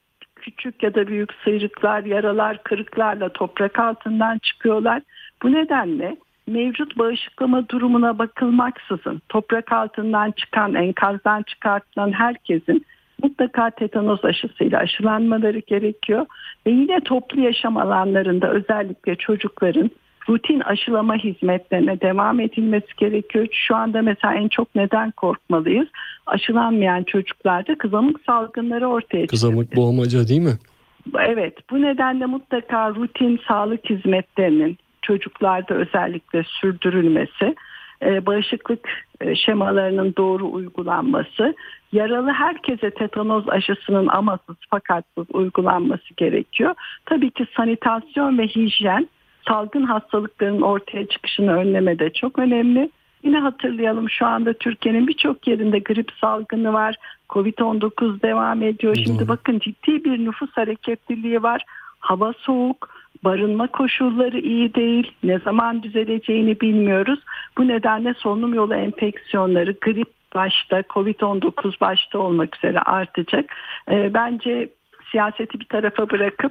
S17: küçük ya da büyük sıyrıklar, yaralar, kırıklarla toprak altından çıkıyorlar. Bu nedenle mevcut bağışıklama durumuna bakılmaksızın toprak altından çıkan, enkazdan çıkartılan herkesin mutlaka tetanoz aşısıyla aşılanmaları gerekiyor. Ve yine toplu yaşam alanlarında özellikle çocukların rutin aşılama hizmetlerine devam edilmesi gerekiyor. Şu anda mesela en çok neden korkmalıyız? Aşılanmayan çocuklarda kızamık salgınları ortaya çıkıyor.
S5: Kızamık boğmaca değil mi?
S17: Evet, bu nedenle mutlaka rutin sağlık hizmetlerinin çocuklarda özellikle sürdürülmesi, bağışıklık şemalarının doğru uygulanması, yaralı herkese tetanoz aşısının amasız fakatsız uygulanması gerekiyor. Tabii ki sanitasyon ve hijyen salgın hastalıkların ortaya çıkışını önlemede çok önemli. Yine hatırlayalım, şu anda Türkiye'nin birçok yerinde grip salgını var. kovid on dokuz devam ediyor. Şimdi bakın, ciddi bir nüfus hareketliliği var. Hava soğuk, barınma koşulları iyi değil. Ne zaman düzeleceğini bilmiyoruz. Bu nedenle solunum yolu enfeksiyonları, grip başta, kovid on dokuz başta olmak üzere artacak. E, bence siyaseti bir tarafa bırakıp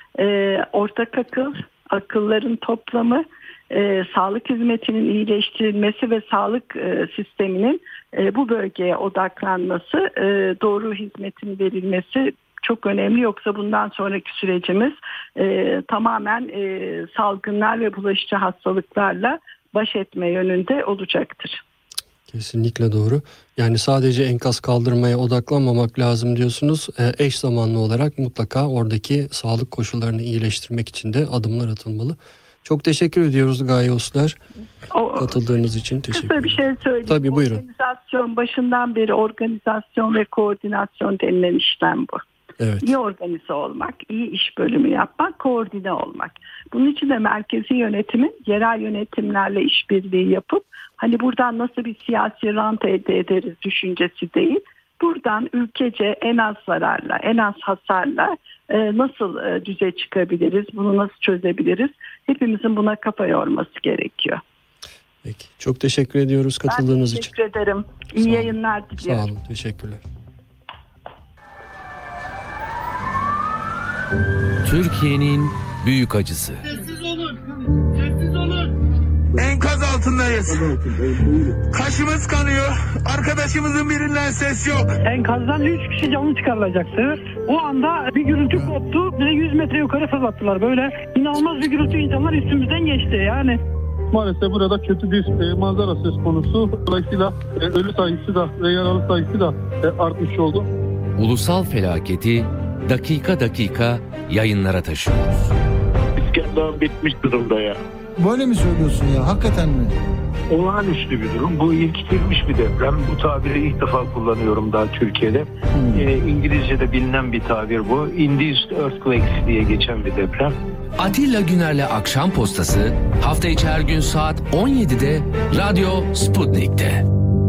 S17: e, ortak akıl, akılların toplamı, e, sağlık hizmetinin iyileştirilmesi ve sağlık e, sisteminin e, bu bölgeye odaklanması, e, doğru hizmetin verilmesi çok önemli. Yoksa bundan sonraki sürecimiz e, tamamen e, salgınlar ve bulaşıcı hastalıklarla baş etme yönünde olacaktır.
S5: Kesinlikle doğru. Yani sadece enkaz kaldırmaya odaklanmamak lazım diyorsunuz. E, eş zamanlı olarak mutlaka oradaki sağlık koşullarını iyileştirmek için de adımlar atılmalı. Çok teşekkür ediyoruz Gaye Uslar.
S17: O,
S5: Katıldığınız için teşekkür ederim.
S17: Kısa bir şey söyleyeyim.
S5: Tabii, buyurun.
S17: Organizasyon, başından beri organizasyon ve koordinasyon denilen işlem bu.
S5: Evet.
S17: İyi organize olmak, iyi iş bölümü yapmak, koordine olmak. Bunun için de merkezi yönetimin yerel yönetimlerle işbirliği yapıp hani buradan nasıl bir siyasi rant elde ederiz düşüncesi değil. Buradan ülkece en az zararla, en az hasarla e, nasıl e, düze çıkabiliriz, bunu nasıl çözebiliriz? Hepimizin buna kafa yorması gerekiyor.
S5: Peki. Çok teşekkür ediyoruz katıldığınız
S17: ben
S5: için.
S17: teşekkür ederim. İyi yayınlar diliyorum.
S5: Sağ olun. Teşekkürler.
S1: Türkiye'nin büyük acısı.
S4: Sessiz olun. Sessiz olun. Enkaz altındayız. Kaşımız kanıyor. Arkadaşımızın birinden ses yok.
S18: Enkazdan üç kişi canlı çıkarılacaktı. O anda bir gürültü koptu. Bize yüz metre yukarı fırlattılar. Böyle inanılmaz bir gürültü, insanlar üstümüzden geçti yani.
S11: Maalesef burada kötü bir e, manzara söz konusu. Dolayısıyla e, ölü sayısı da ve yaralı sayısı da e, artmış oldu.
S1: Ulusal felaketi dakika dakika yayınlara taşıyoruz.
S2: İskender bitmiş durumda ya.
S3: Böyle mi söylüyorsun ya? Hakikaten mi?
S2: Olağanüstü bir durum. Bu irkitilmiş bir deprem. Bu tabiri ilk defa kullanıyorum daha Türkiye'de. Hmm. E, İngilizce'de bilinen bir tabir bu. Induced earthquakes diye geçen bir deprem.
S1: Atilla Güner'le Akşam Postası hafta içi her gün saat on yedide Radyo Sputnik'te.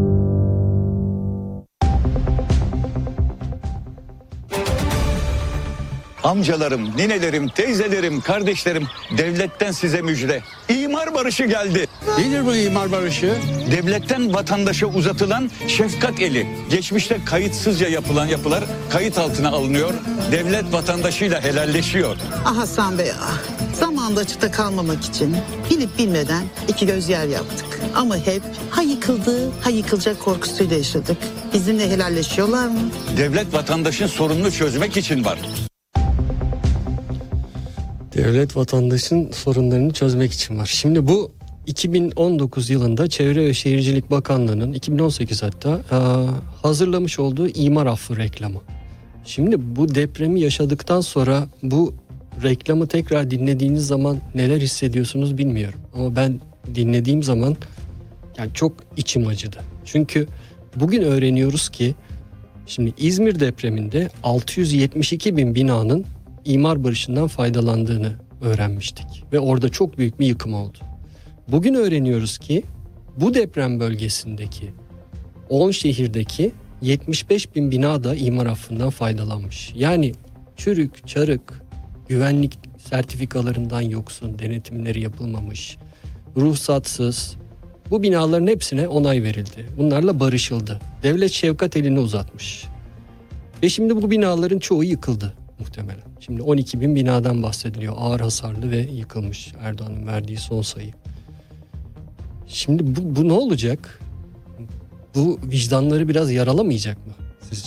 S19: Amcalarım, ninelerim, teyzelerim, kardeşlerim, devletten size müjde. İmar barışı geldi. Nedir bu imar barışı? Devletten vatandaşa uzatılan şefkat eli. Geçmişte kayıtsızca yapılan yapılar kayıt altına alınıyor. Devlet vatandaşıyla helalleşiyor.
S20: Ah Hasan Bey ah. Zamanında açıkta kalmamak için bilip bilmeden iki göz yer yaptık. Ama hep ha yıkıldı ha yıkılacak korkusuyla yaşadık. Bizimle helalleşiyorlar mı?
S19: Devlet vatandaşın sorununu çözmek için var.
S5: Devlet vatandaşın sorunlarını çözmek için var. Şimdi bu iki bin on dokuz yılında Çevre ve Şehircilik Bakanlığı'nın iki bin on sekiz hatta hazırlamış olduğu imar affı reklamı. Şimdi bu depremi yaşadıktan sonra bu reklamı tekrar dinlediğiniz zaman neler hissediyorsunuz bilmiyorum. Ama ben dinlediğim zaman yani çok içim acıdı. Çünkü bugün öğreniyoruz ki şimdi İzmir depreminde altı yüz yetmiş iki bin binanın imar barışından faydalandığını öğrenmiştik. Ve orada çok büyük bir yıkım oldu. Bugün öğreniyoruz ki bu deprem bölgesindeki on şehirdeki yetmiş beş bin bina da imar affından faydalanmış. Yani çürük, çarık, güvenlik sertifikalarından yoksun, denetimleri yapılmamış, ruhsatsız, bu binaların hepsine onay verildi. Bunlarla barışıldı. Devlet şefkat elini uzatmış. Ve şimdi bu binaların çoğu yıkıldı muhtemelen. Şimdi on iki bin binadan bahsediliyor. Ağır hasarlı ve yıkılmış. Erdoğan'ın verdiği son sayı. Şimdi bu, bu ne olacak? Bu vicdanları biraz yaralamayacak mı sizce?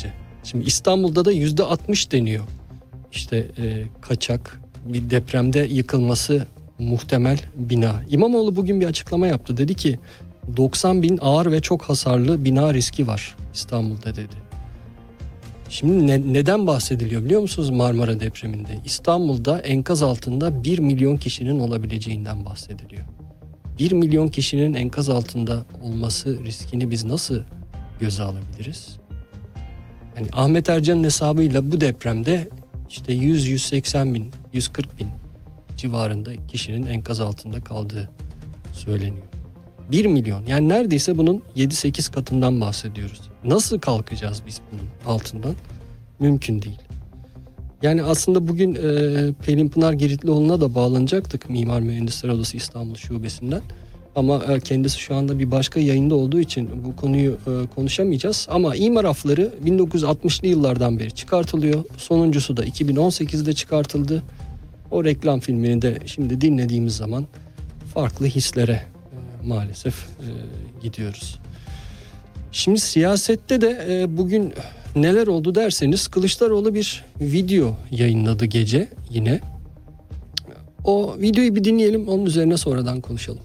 S5: Şimdi İstanbul'da da yüzde altmış deniyor. İşte e, kaçak bir depremde yıkılması muhtemel bina. İmamoğlu bugün bir açıklama yaptı. Dedi ki doksan bin ağır ve çok hasarlı bina riski var İstanbul'da dedi. Şimdi ne, neden bahsediliyor biliyor musunuz Marmara depreminde? İstanbul'da enkaz altında bir milyon kişinin olabileceğinden bahsediliyor. bir milyon kişinin enkaz altında olması riskini biz nasıl göze alabiliriz? Yani Ahmet Ercan'ın hesabıyla bu depremde işte yüz yüz seksen bin, yüz kırk bin civarında kişinin enkaz altında kaldığı söyleniyor. bir milyon, yani neredeyse bunun yedi sekiz katından bahsediyoruz. Nasıl kalkacağız biz bunun altından? Mümkün değil. Yani aslında bugün e, Pelin Pınar Giritlioğlu'na da bağlanacaktık Mimar Mühendisler Odası İstanbul Şubesi'nden. Ama e, kendisi şu anda bir başka yayında olduğu için bu konuyu e, konuşamayacağız. Ama imar afları bin dokuz yüz altmışlı yıllardan beri çıkartılıyor. Sonuncusu da iki bin on sekizde çıkartıldı. O reklam filmini de şimdi dinlediğimiz zaman farklı hislere e, maalesef e, gidiyoruz. Şimdi siyasette de e, bugün neler oldu derseniz Kılıçdaroğlu bir video yayınladı gece yine. O videoyu bir dinleyelim, onun üzerine sonradan konuşalım.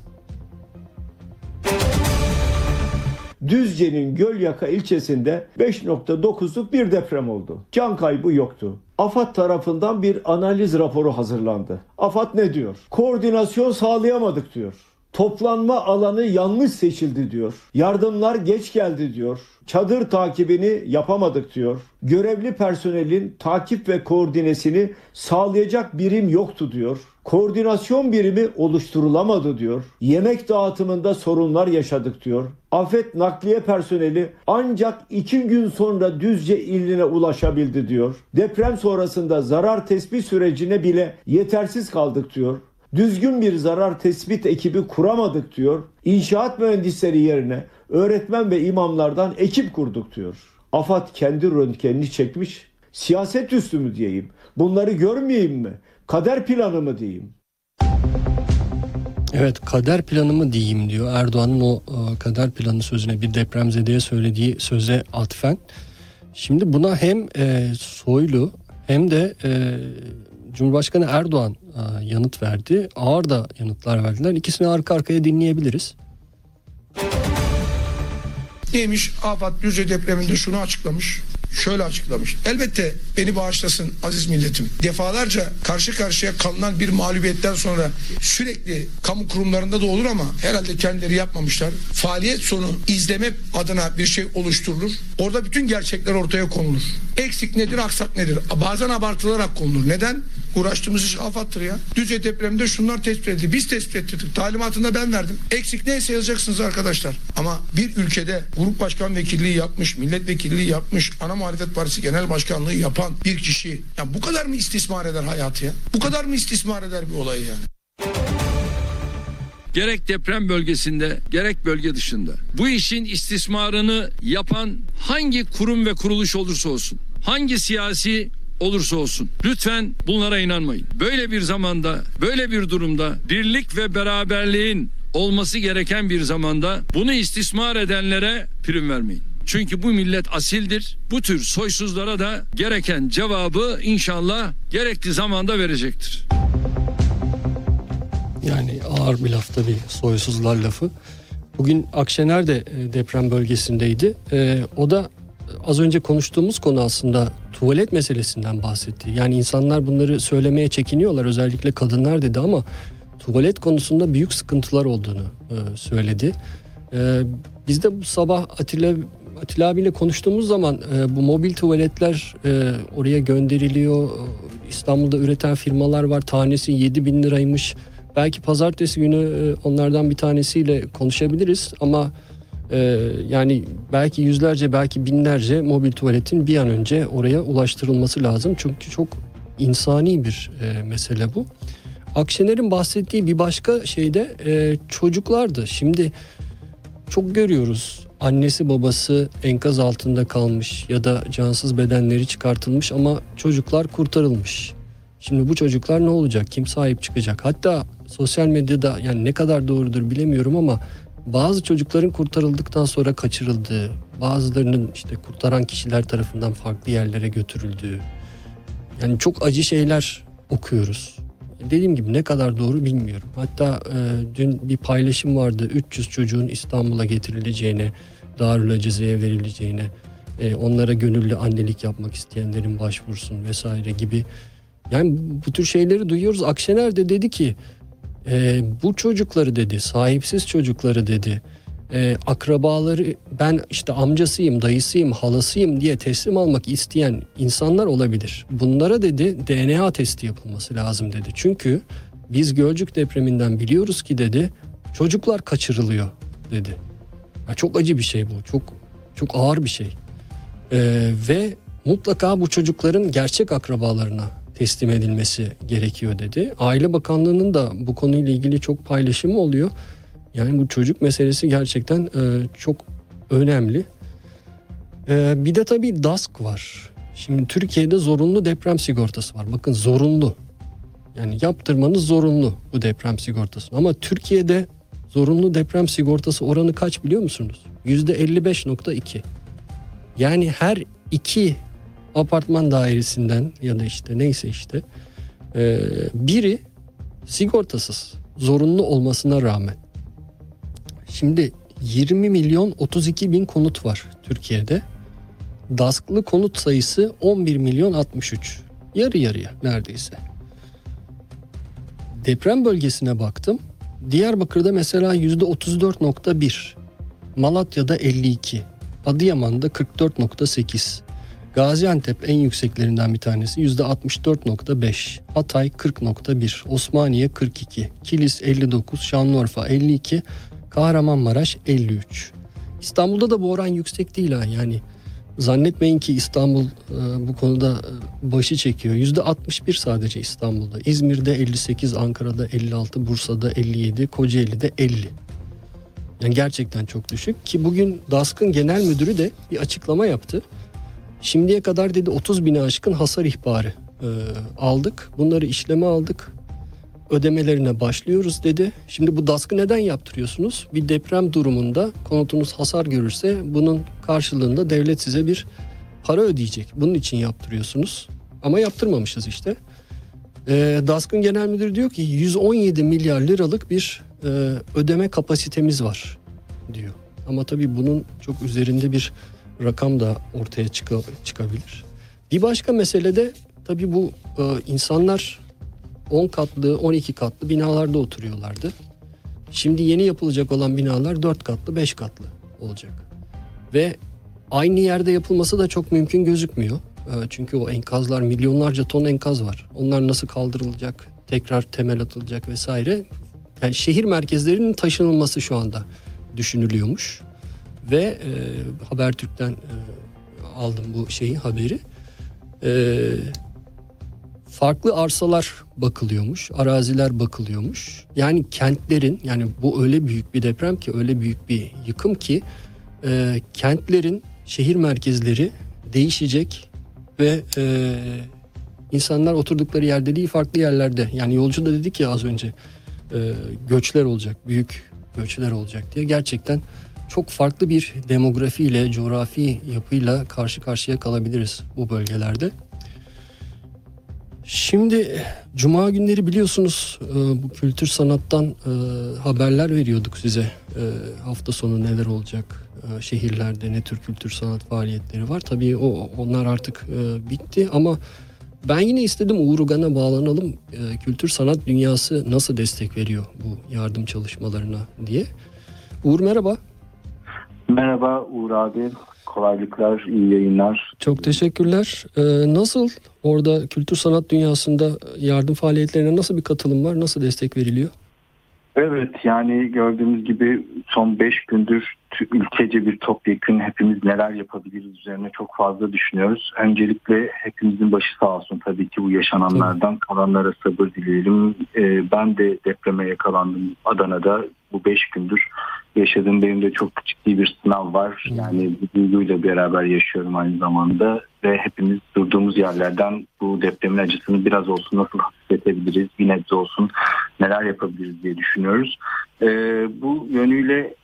S21: Düzce'nin Gölyaka ilçesinde beş nokta dokuzluk bir deprem oldu. Can kaybı yoktu. AFAD tarafından bir analiz raporu hazırlandı. AFAD ne diyor? Koordinasyon sağlayamadık diyor. Toplanma alanı yanlış seçildi diyor. Yardımlar geç geldi diyor. Çadır takibini yapamadık diyor. Görevli personelin takip ve koordinesini sağlayacak birim yoktu diyor. Koordinasyon birimi oluşturulamadı diyor. Yemek dağıtımında sorunlar yaşadık diyor. Afet nakliye personeli ancak iki gün sonra Düzce iline ulaşabildi diyor. Deprem sonrasında zarar tespit sürecine bile yetersiz kaldık diyor. Düzgün bir zarar tespit ekibi kuramadık diyor. İnşaat mühendisleri yerine öğretmen ve imamlardan ekip kurduk diyor. AFAD kendi röntgenini çekmiş. Siyaset üstü mü diyeyim? Bunları görmeyeyim mi? Kader planı mı diyeyim?
S5: Evet, kader planı mı diyeyim diyor. Erdoğan'ın o e, kader planı sözüne, bir depremzedeye söylediği söze atfen. Şimdi buna hem e, Soylu hem de e, Cumhurbaşkanı Erdoğan e, yanıt verdi. Ağır da yanıtlar verdiler. İkisini arka arkaya dinleyebiliriz.
S22: Neymiş? AFAD Düzce depreminde şunu açıklamış. Şöyle açıklamış. Elbette beni bağışlasın aziz milletim. Defalarca karşı karşıya kalınan bir mağlubiyetten sonra sürekli kamu kurumlarında da olur ama herhalde kendileri yapmamışlar. Faaliyet sonu izleme adına bir şey oluşturulur. Orada bütün gerçekler ortaya konulur. Eksik nedir, aksak nedir? Bazen abartılarak konulur. Neden? Uğraştığımız iş AFAD'tır ya. Düzce depreminde şunlar tespit edildi. Biz tespit ettirdik. Talimatını ben verdim. Eksik neyse yazacaksınız arkadaşlar. Ama bir ülkede grup başkan vekilliği yapmış, milletvekilliği yapmış, ana muhalefet partisi genel başkanlığı yapan bir kişi ya bu kadar mı istismar eder hayatı ya? Bu kadar mı istismar eder bir olayı yani?
S23: Gerek deprem bölgesinde gerek bölge dışında bu işin istismarını yapan hangi kurum ve kuruluş olursa olsun, hangi siyasi olursa olsun lütfen bunlara inanmayın. Böyle bir zamanda, böyle bir durumda birlik ve beraberliğin olması gereken bir zamanda bunu istismar edenlere prim vermeyin. Çünkü bu millet asildir. Bu tür soysuzlara da gereken cevabı inşallah gerekli zamanda verecektir.
S5: Yani ağır bir laf tabii, soysuzlar lafı. Bugün Akşener de deprem bölgesindeydi. Ee, o da az önce konuştuğumuz konu aslında tuvalet meselesinden bahsetti. Yani insanlar bunları söylemeye çekiniyorlar, özellikle kadınlar dedi ama tuvalet konusunda büyük sıkıntılar olduğunu e, söyledi. E, biz de bu sabah Atilla Atilla abiyle konuştuğumuz zaman e, bu mobil tuvaletler e, oraya gönderiliyor. İstanbul'da üreten firmalar var. Tanesi yedi bin liraymış. Belki pazartesi günü e, onlardan bir tanesiyle konuşabiliriz ama e, yani belki yüzlerce, belki binlerce mobil tuvaletin bir an önce oraya ulaştırılması lazım. Çünkü çok insani bir e, mesele bu. Akşener'in bahsettiği bir başka şey de e, çocuklardı. Şimdi çok görüyoruz. Annesi babası enkaz altında kalmış ya da cansız bedenleri çıkartılmış ama çocuklar kurtarılmış. Şimdi bu çocuklar ne olacak? Kim sahip çıkacak? Hatta sosyal medyada, yani ne kadar doğrudur bilemiyorum ama Bazı çocukların kurtarıldıktan sonra kaçırıldığı, bazılarının işte kurtaran kişiler tarafından farklı yerlere götürüldüğü, yani çok acı şeyler okuyoruz. Dediğim gibi ne kadar doğru bilmiyorum. Hatta e, dün bir paylaşım vardı, üç yüz çocuğun İstanbul'a getirileceğine, Darülacize'ye verileceğine, e, onlara gönüllü annelik yapmak isteyenlerin başvursun vesaire gibi. Yani bu tür şeyleri duyuyoruz. Akşener de dedi ki e, bu çocukları dedi, sahipsiz çocukları dedi, e, akrabaları, ben işte amcasıyım, dayısıyım, halasıyım diye teslim almak isteyen insanlar olabilir. Bunlara dedi D N A testi yapılması lazım dedi. Çünkü biz Gölcük depreminden biliyoruz ki dedi, çocuklar kaçırılıyor dedi. Ya çok acı bir şey bu, çok çok ağır bir şey. E, ve mutlaka bu çocukların gerçek akrabalarına teslim edilmesi gerekiyor dedi. Aile Bakanlığı'nın da bu konuyla ilgili çok paylaşımı oluyor. Yani bu çocuk meselesi gerçekten e, çok önemli. E, bir de tabii D A S K var. Şimdi Türkiye'de zorunlu deprem sigortası var. Bakın zorunlu. Yani yaptırmanız zorunlu bu deprem sigortasını. Ama Türkiye'de zorunlu deprem sigortası oranı kaç biliyor musunuz? yüzde elli beş nokta iki. Yani her iki apartman dairesinden ya da işte neyse işte e, biri sigortasız, zorunlu olmasına rağmen. Şimdi yirmi milyon otuz iki bin konut var Türkiye'de. D A S K'lı konut sayısı on bir milyon altmış üç. Yarı yarıya neredeyse. Deprem bölgesine baktım. Diyarbakır'da mesela yüzde otuz dört nokta bir. Malatya'da elli iki. Adıyaman'da kırk dört nokta sekiz. Gaziantep en yükseklerinden bir tanesi yüzde altmış dört nokta beş. Hatay kırk nokta bir. Osmaniye kırk iki. Kilis elli dokuz. Şanlıurfa elli iki. Kahramanmaraş elli üç. İstanbul'da da bu oran yüksek değil ha. Yani zannetmeyin ki İstanbul e, bu konuda başı çekiyor. yüzde altmış bir sadece İstanbul'da. İzmir'de elli sekiz, Ankara'da elli altı, Bursa'da elli yedi, Kocaeli'de elli. Yani gerçekten çok düşük ki bugün D A S K'ın genel müdürü de bir açıklama yaptı. Şimdiye kadar dedi otuz bine aşkın hasar ihbarı e, aldık. Bunları işleme aldık. Ödemelerine başlıyoruz dedi. Şimdi bu D A S K'ı neden yaptırıyorsunuz? Bir deprem durumunda konutunuz hasar görürse bunun karşılığında devlet size bir para ödeyecek. Bunun için yaptırıyorsunuz. Ama yaptırmamışız işte. E, D A S K'ın genel müdürü diyor ki yüz on yedi milyar liralık bir e, ödeme kapasitemiz var diyor. Ama tabii bunun çok üzerinde bir rakam da ortaya çıka, çıkabilir. Bir başka mesele de tabii bu e, insanlar on katlı, on iki katlı binalarda oturuyorlardı. Şimdi yeni yapılacak olan binalar dört katlı, beş katlı olacak. Ve aynı yerde yapılması da çok mümkün gözükmüyor. E, çünkü o enkazlar, milyonlarca ton enkaz var. Onlar nasıl kaldırılacak, tekrar temel atılacak vesaire. Yani şehir merkezlerinin taşınılması şu anda düşünülüyormuş. Ve e, Habertürk'ten e, aldım bu şeyi, haberi. E, farklı arsalar bakılıyormuş, araziler bakılıyormuş. Yani kentlerin, yani bu öyle büyük bir deprem ki, öyle büyük bir yıkım ki e, kentlerin, şehir merkezleri değişecek ve e, insanlar oturdukları yerde değil farklı yerlerde. Yani yolcu da dedi ki az önce e, göçler olacak, büyük göçler olacak diye. Gerçekten çok farklı bir demografiyle, coğrafi yapıyla karşı karşıya kalabiliriz bu bölgelerde. Şimdi Cuma günleri biliyorsunuz bu kültür sanattan haberler veriyorduk size. Hafta sonu neler olacak, şehirlerde ne tür kültür sanat faaliyetleri var. Tabii o onlar artık bitti ama ben yine istedim Uğur Ugan'a bağlanalım. Kültür sanat dünyası nasıl destek veriyor bu yardım çalışmalarına diye. Uğur merhaba.
S6: Merhaba Uğur abi. Kolaylıklar, iyi yayınlar.
S5: Çok teşekkürler. Ee, nasıl orada kültür sanat dünyasında yardım faaliyetlerine nasıl bir katılım var? Nasıl destek veriliyor?
S6: Evet, yani gördüğümüz gibi son beş gündür ülkece bir topyekün hepimiz neler yapabiliriz üzerine çok fazla düşünüyoruz. Öncelikle hepimizin başı sağ olsun tabii ki bu yaşananlardan. Kalanlara sabır dileyelim. Ee, ben de depreme yakalandım Adana'da. Bu beş gündür yaşadığım benim de çok ciddi bir sınav var. Yani bu duyguyla beraber yaşıyorum aynı zamanda. Ve hepimiz durduğumuz yerlerden bu depremin acısını biraz olsun nasıl hafifletebiliriz, bir nebze olsun neler yapabiliriz diye düşünüyoruz. Ee, bu yönüyle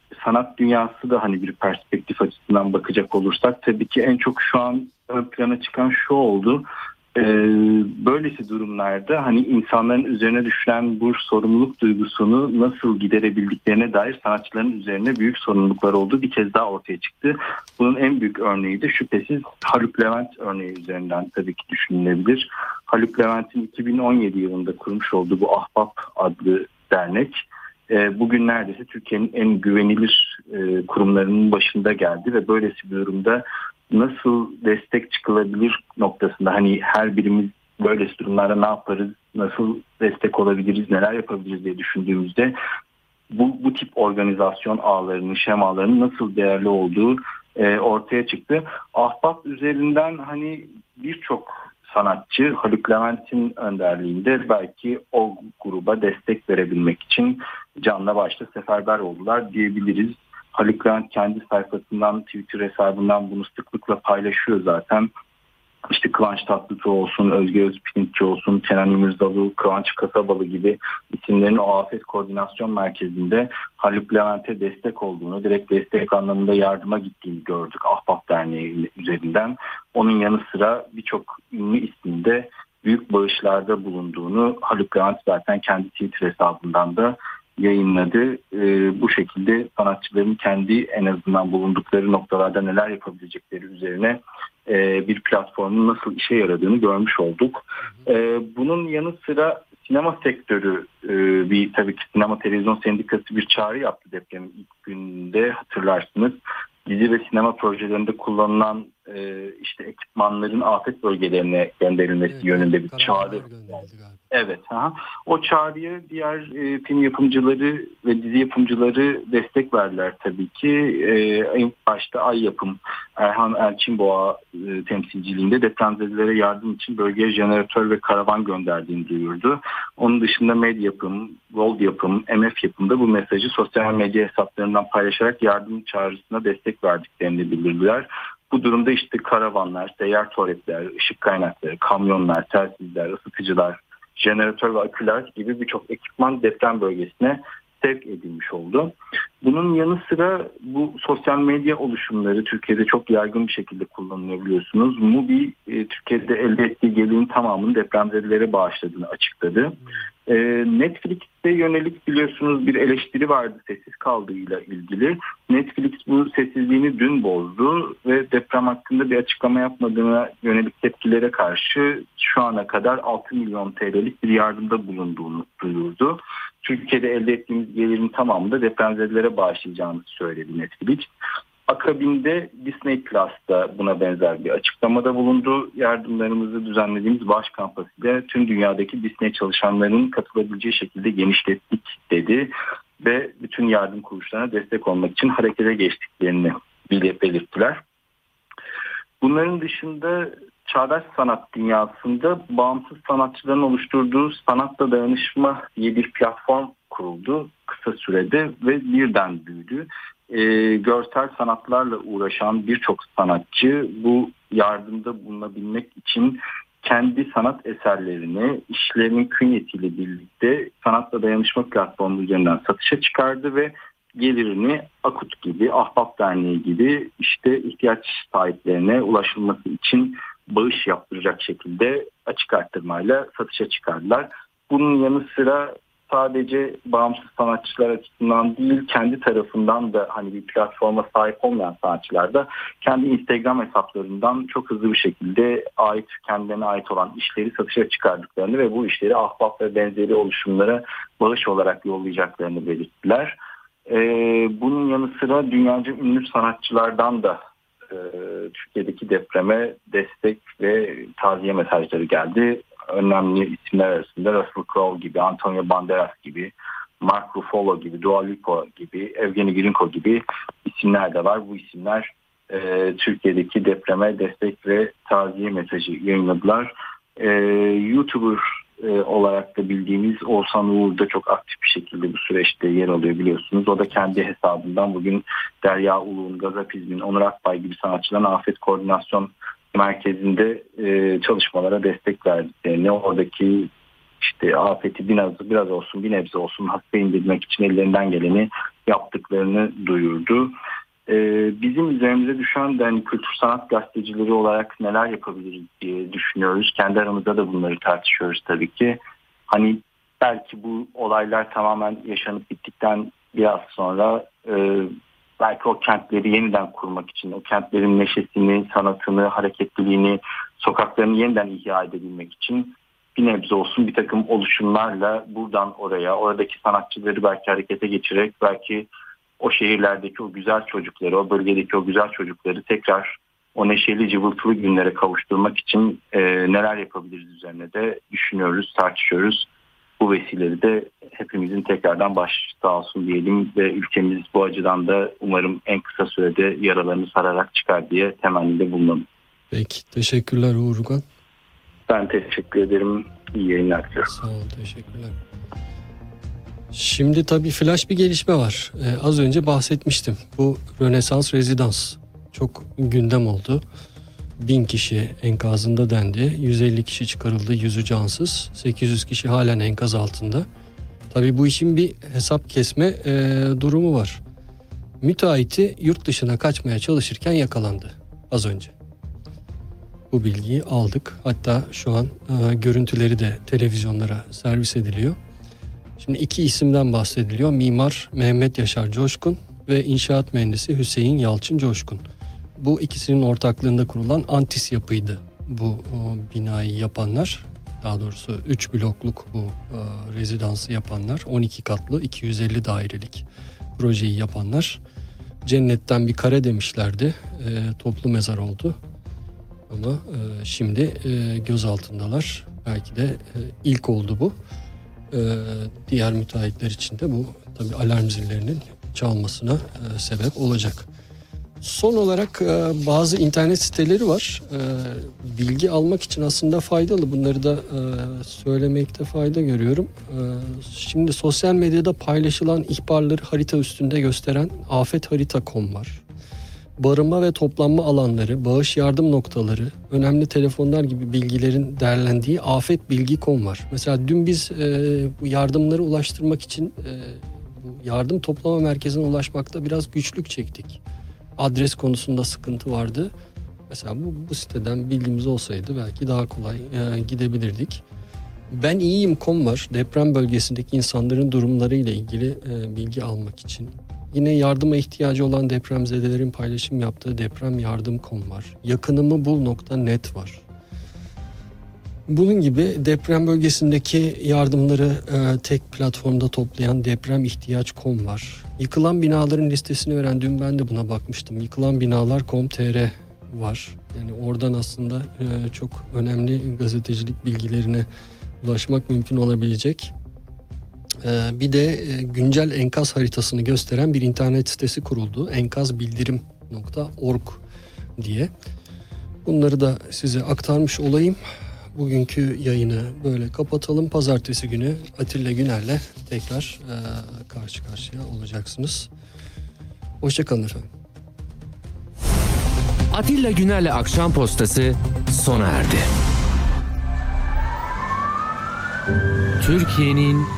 S6: sanat dünyası da hani bir perspektif açısından bakacak olursak tabii ki en çok şu an ön plana çıkan şu oldu. Ee, böylesi durumlarda hani insanların üzerine düşen bu sorumluluk duygusunu nasıl giderebildiklerine dair sanatçıların üzerine büyük sorumluluklar olduğu bir kez daha ortaya çıktı. Bunun en büyük örneği de şüphesiz Haluk Levent örneği üzerinden tabii ki düşünülebilir. Haluk Levent'in iki bin on yedi yılında kurmuş olduğu bu Ahbap adlı dernek bugün neredeyse Türkiye'nin en güvenilir kurumlarının başında geldi ve böylesi bir durumda nasıl destek çıkılabilir noktasında hani her birimiz böylesi durumlarda ne yaparız, nasıl destek olabiliriz, neler yapabiliriz diye düşündüğümüzde bu, bu tip organizasyon ağlarının, şemalarının nasıl değerli olduğu e, ortaya çıktı. Ahbap üzerinden hani birçok sanatçı Haluk Levent'in önderliğinde belki o gruba destek verebilmek için canla başla seferber oldular diyebiliriz. Haluk Levent kendi sayfasından, Twitter hesabından bunu sıklıkla paylaşıyor zaten. İşte Kıvanç Tatlıtuğ olsun, Özge Özpirinççi olsun, Kenan İmirzalı, Kıvanç Kasabalı gibi isimlerin o Afet Koordinasyon Merkezi'nde Haluk Levent'e destek olduğunu, direkt destek anlamında yardıma gittiğini gördük Ahbap Derneği üzerinden. Onun yanı sıra birçok ünlü isminde büyük bağışlarda bulunduğunu Haluk Levent zaten kendi Twitter hesabından da yayınladı. Ee, bu şekilde sanatçıların kendi en azından bulundukları noktalarda neler yapabilecekleri üzerine e, bir platformun nasıl işe yaradığını görmüş olduk. Ee, bunun yanı sıra sinema sektörü e, bir tabii ki sinema televizyon sendikası bir çağrı yaptı depremin ilk gününde, hatırlarsınız. Dizi ve sinema projelerinde kullanılan e, işte ekipmanların afet bölgelerine gönderilmesi evet, yönünde bir çağrı. Evet. Aha. O çağrıya diğer e, film yapımcıları ve dizi yapımcıları destek verdiler tabii ki. En başta Ay Yapım, Erhan Elçinboğa e, temsilciliğinde depremzedelere yardım için bölgeye jeneratör ve karavan gönderdiğini duyurdu. Onun dışında Med Yapım, Gold Yapım, M F Yapım da bu mesajı sosyal medya hesaplarından paylaşarak yardım çağrısına destek verdiklerini bildirdiler. Bu durumda işte karavanlar, seyyar tuvaletler, ışık kaynakları, kamyonlar, telsizler, ısıtıcılar, jeneratör ve aküler gibi birçok ekipman deprem bölgesine sevk edilmiş oldu. Bunun yanı sıra bu sosyal medya oluşumları Türkiye'de çok yaygın bir şekilde kullanılıyor biliyorsunuz. Mubi e, Türkiye'de elde ettiği gelirin tamamını depremzedelere bağışladığını açıkladı. E, Netflix'te yönelik biliyorsunuz bir eleştiri vardı sessiz kaldığıyla ilgili. Netflix bu sessizliğini dün bozdu ve deprem hakkında bir açıklama yapmadığına yönelik tepkilere karşı şu ana kadar altı milyon T L'lik bir yardımda bulunduğunu duyurdu. Türkiye'de elde ettiğimiz gelirin tamamını da depremzedelere bağışlayacağını söyledi Netflix. Akabinde Disney Plus'ta buna benzer bir açıklamada bulundu. Yardımlarımızı düzenlediğimiz bağış kampanyasıyla tüm dünyadaki Disney çalışanlarının katılabileceği şekilde genişlettik dedi. Ve bütün yardım kuruluşlarına destek olmak için harekete geçtiklerini belirttiler. Bunların dışında çağdaş sanat dünyasında bağımsız sanatçıların oluşturduğu Sanatla Dayanışma diye bir platform kuruldu kısa sürede ve birden büyüdü. E, görsel sanatlarla uğraşan birçok sanatçı bu yardımda bulunabilmek için kendi sanat eserlerini işlerinin künyetiyle birlikte Sanatla Dayanışma platformu üzerinden satışa çıkardı ve gelirini Akut gibi, Ahbap Derneği gibi işte ihtiyaç sahiplerine ulaşılması için bağış yaptıracak şekilde açık arttırmayla satışa çıkardılar. Bunun yanı sıra sadece bağımsız sanatçılar açısından değil, kendi tarafından da hani bir platforma sahip olmayan sanatçılar da kendi Instagram hesaplarından çok hızlı bir şekilde ait kendilerine ait olan işleri satışa çıkardıklarını ve bu işleri Ahbap ve benzeri oluşumlara bağış olarak yollayacaklarını belirttiler. Ee, bunun yanı sıra dünyaca ünlü sanatçılardan da e, Türkiye'deki depreme destek ve taziye mesajları geldi. Önemli isimler arasında Russell Crowe gibi, Antonio Banderas gibi, Mark Ruffalo gibi, Dua Lipa gibi, Evgeny Grinko gibi isimler de var. Bu isimler e, Türkiye'deki depreme destek ve taziye mesajı yayınladılar. E, YouTuber e, olarak da bildiğimiz Oğuzhan Uğur da çok aktif bir şekilde bu süreçte yer alıyor biliyorsunuz. O da kendi hesabından bugün Derya Uluğ'un, Gazapizm'in, Onur Akbay gibi sanatçıların Afet Koordinasyon Merkezinde e, çalışmalara destek verdiklerini, oradaki işte afeti biraz, biraz olsun bir nebze olsun hafif indirmek için ellerinden geleni yaptıklarını duyurdu. Ee, bizim üzerimize düşen de hani kültür sanat gazetecileri olarak neler yapabiliriz diye düşünüyoruz. Kendi aramızda da bunları tartışıyoruz tabii ki. Hani belki bu olaylar tamamen yaşanıp bittikten biraz sonra e, belki o kentleri yeniden kurmak için, o kentlerin neşesini, sanatını, hareketliliğini, sokaklarını yeniden ihya edebilmek için bir nebze olsun bir takım oluşumlarla buradan oraya, oradaki sanatçıları belki harekete geçirerek belki o şehirlerdeki o güzel çocukları, o bölgedeki o güzel çocukları tekrar o neşeli cıvıltılı günlere kavuşturmak için e, neler yapabiliriz üzerine de düşünüyoruz, tartışıyoruz. Bu vesileleri de hepimizin tekrardan başı sağ olsun diyelim ve ülkemiz bu açıdan da umarım en kısa sürede yaralarını sararak çıkar diye temennide bulunalım.
S5: Peki, teşekkürler Uğur Ugan.
S6: Ben teşekkür ederim. İyi yayınlar diliyorum.
S5: Sağ olun, teşekkürler. Şimdi tabii flash bir gelişme var. Ee, az önce bahsetmiştim. Bu Rönesans Rezidans çok gündem oldu. Bin kişi enkazında dendi. yüz elli kişi çıkarıldı, yüzü cansız. sekiz yüz kişi halen enkaz altında. Tabii bu işin bir hesap kesme e, durumu var. Müteahhiti yurt dışına kaçmaya çalışırken yakalandı az önce. Bu bilgiyi aldık. Hatta şu an e, görüntüleri de televizyonlara servis ediliyor. Şimdi iki isimden bahsediliyor. Mimar Mehmet Yaşar Coşkun ve inşaat mühendisi Hüseyin Yalçın Coşkun. Bu ikisinin ortaklığında kurulan Antis yapıydı bu o, binayı yapanlar. Daha doğrusu üç blokluk bu e, rezidansı yapanlar. on iki katlı iki yüz elli dairelik projeyi yapanlar. Cennetten bir kare demişlerdi. E, toplu mezar oldu. Ama e, şimdi e, gözaltındalar. Belki de e, ilk oldu bu. E, diğer müteahhitler için de bu tabii alarm zillerinin çalmasına e, sebep olacak. Son olarak e, bazı internet siteleri var. E, bilgi almak için aslında faydalı. Bunları da e, söylemekte fayda görüyorum. E, şimdi sosyal medyada paylaşılan ihbarları harita üstünde gösteren afet harita nokta com var. Barınma ve toplanma alanları, bağış yardım noktaları, önemli telefonlar gibi bilgilerin değerlendiği afet bilgi nokta com var. Mesela dün biz e, bu yardımları ulaştırmak için e, bu yardım toplama merkezine ulaşmakta biraz güçlük çektik. Adres konusunda sıkıntı vardı. Mesela bu, bu siteden bilgimiz olsaydı belki daha kolay e, gidebilirdik. Ben iyiyim nokta com var. Deprem bölgesindeki insanların durumlarıyla ilgili e, bilgi almak için. Yine yardıma ihtiyacı olan depremzedelerin paylaşım yaptığı deprem yardım nokta com var. yakınımı bul nokta net var. Bunun gibi deprem bölgesindeki yardımları e, tek platformda toplayan deprem ihtiyaç nokta com var. Yıkılan binaların listesini veren, dün ben de buna bakmıştım. yıkılan binalar nokta com nokta tr var. Yani oradan aslında e, çok önemli gazetecilik bilgilerine ulaşmak mümkün olabilecek. E, bir de e, güncel enkaz haritasını gösteren bir internet sitesi kuruldu. enkazbildirim nokta org diye. Bunları da size aktarmış olayım. Bugünkü yayını böyle kapatalım. Pazartesi günü Atilla Güner'le tekrar e, karşı karşıya olacaksınız. Hoşçakalın efendim.
S1: Atilla Güner'le Akşam Postası sona erdi. Türkiye'nin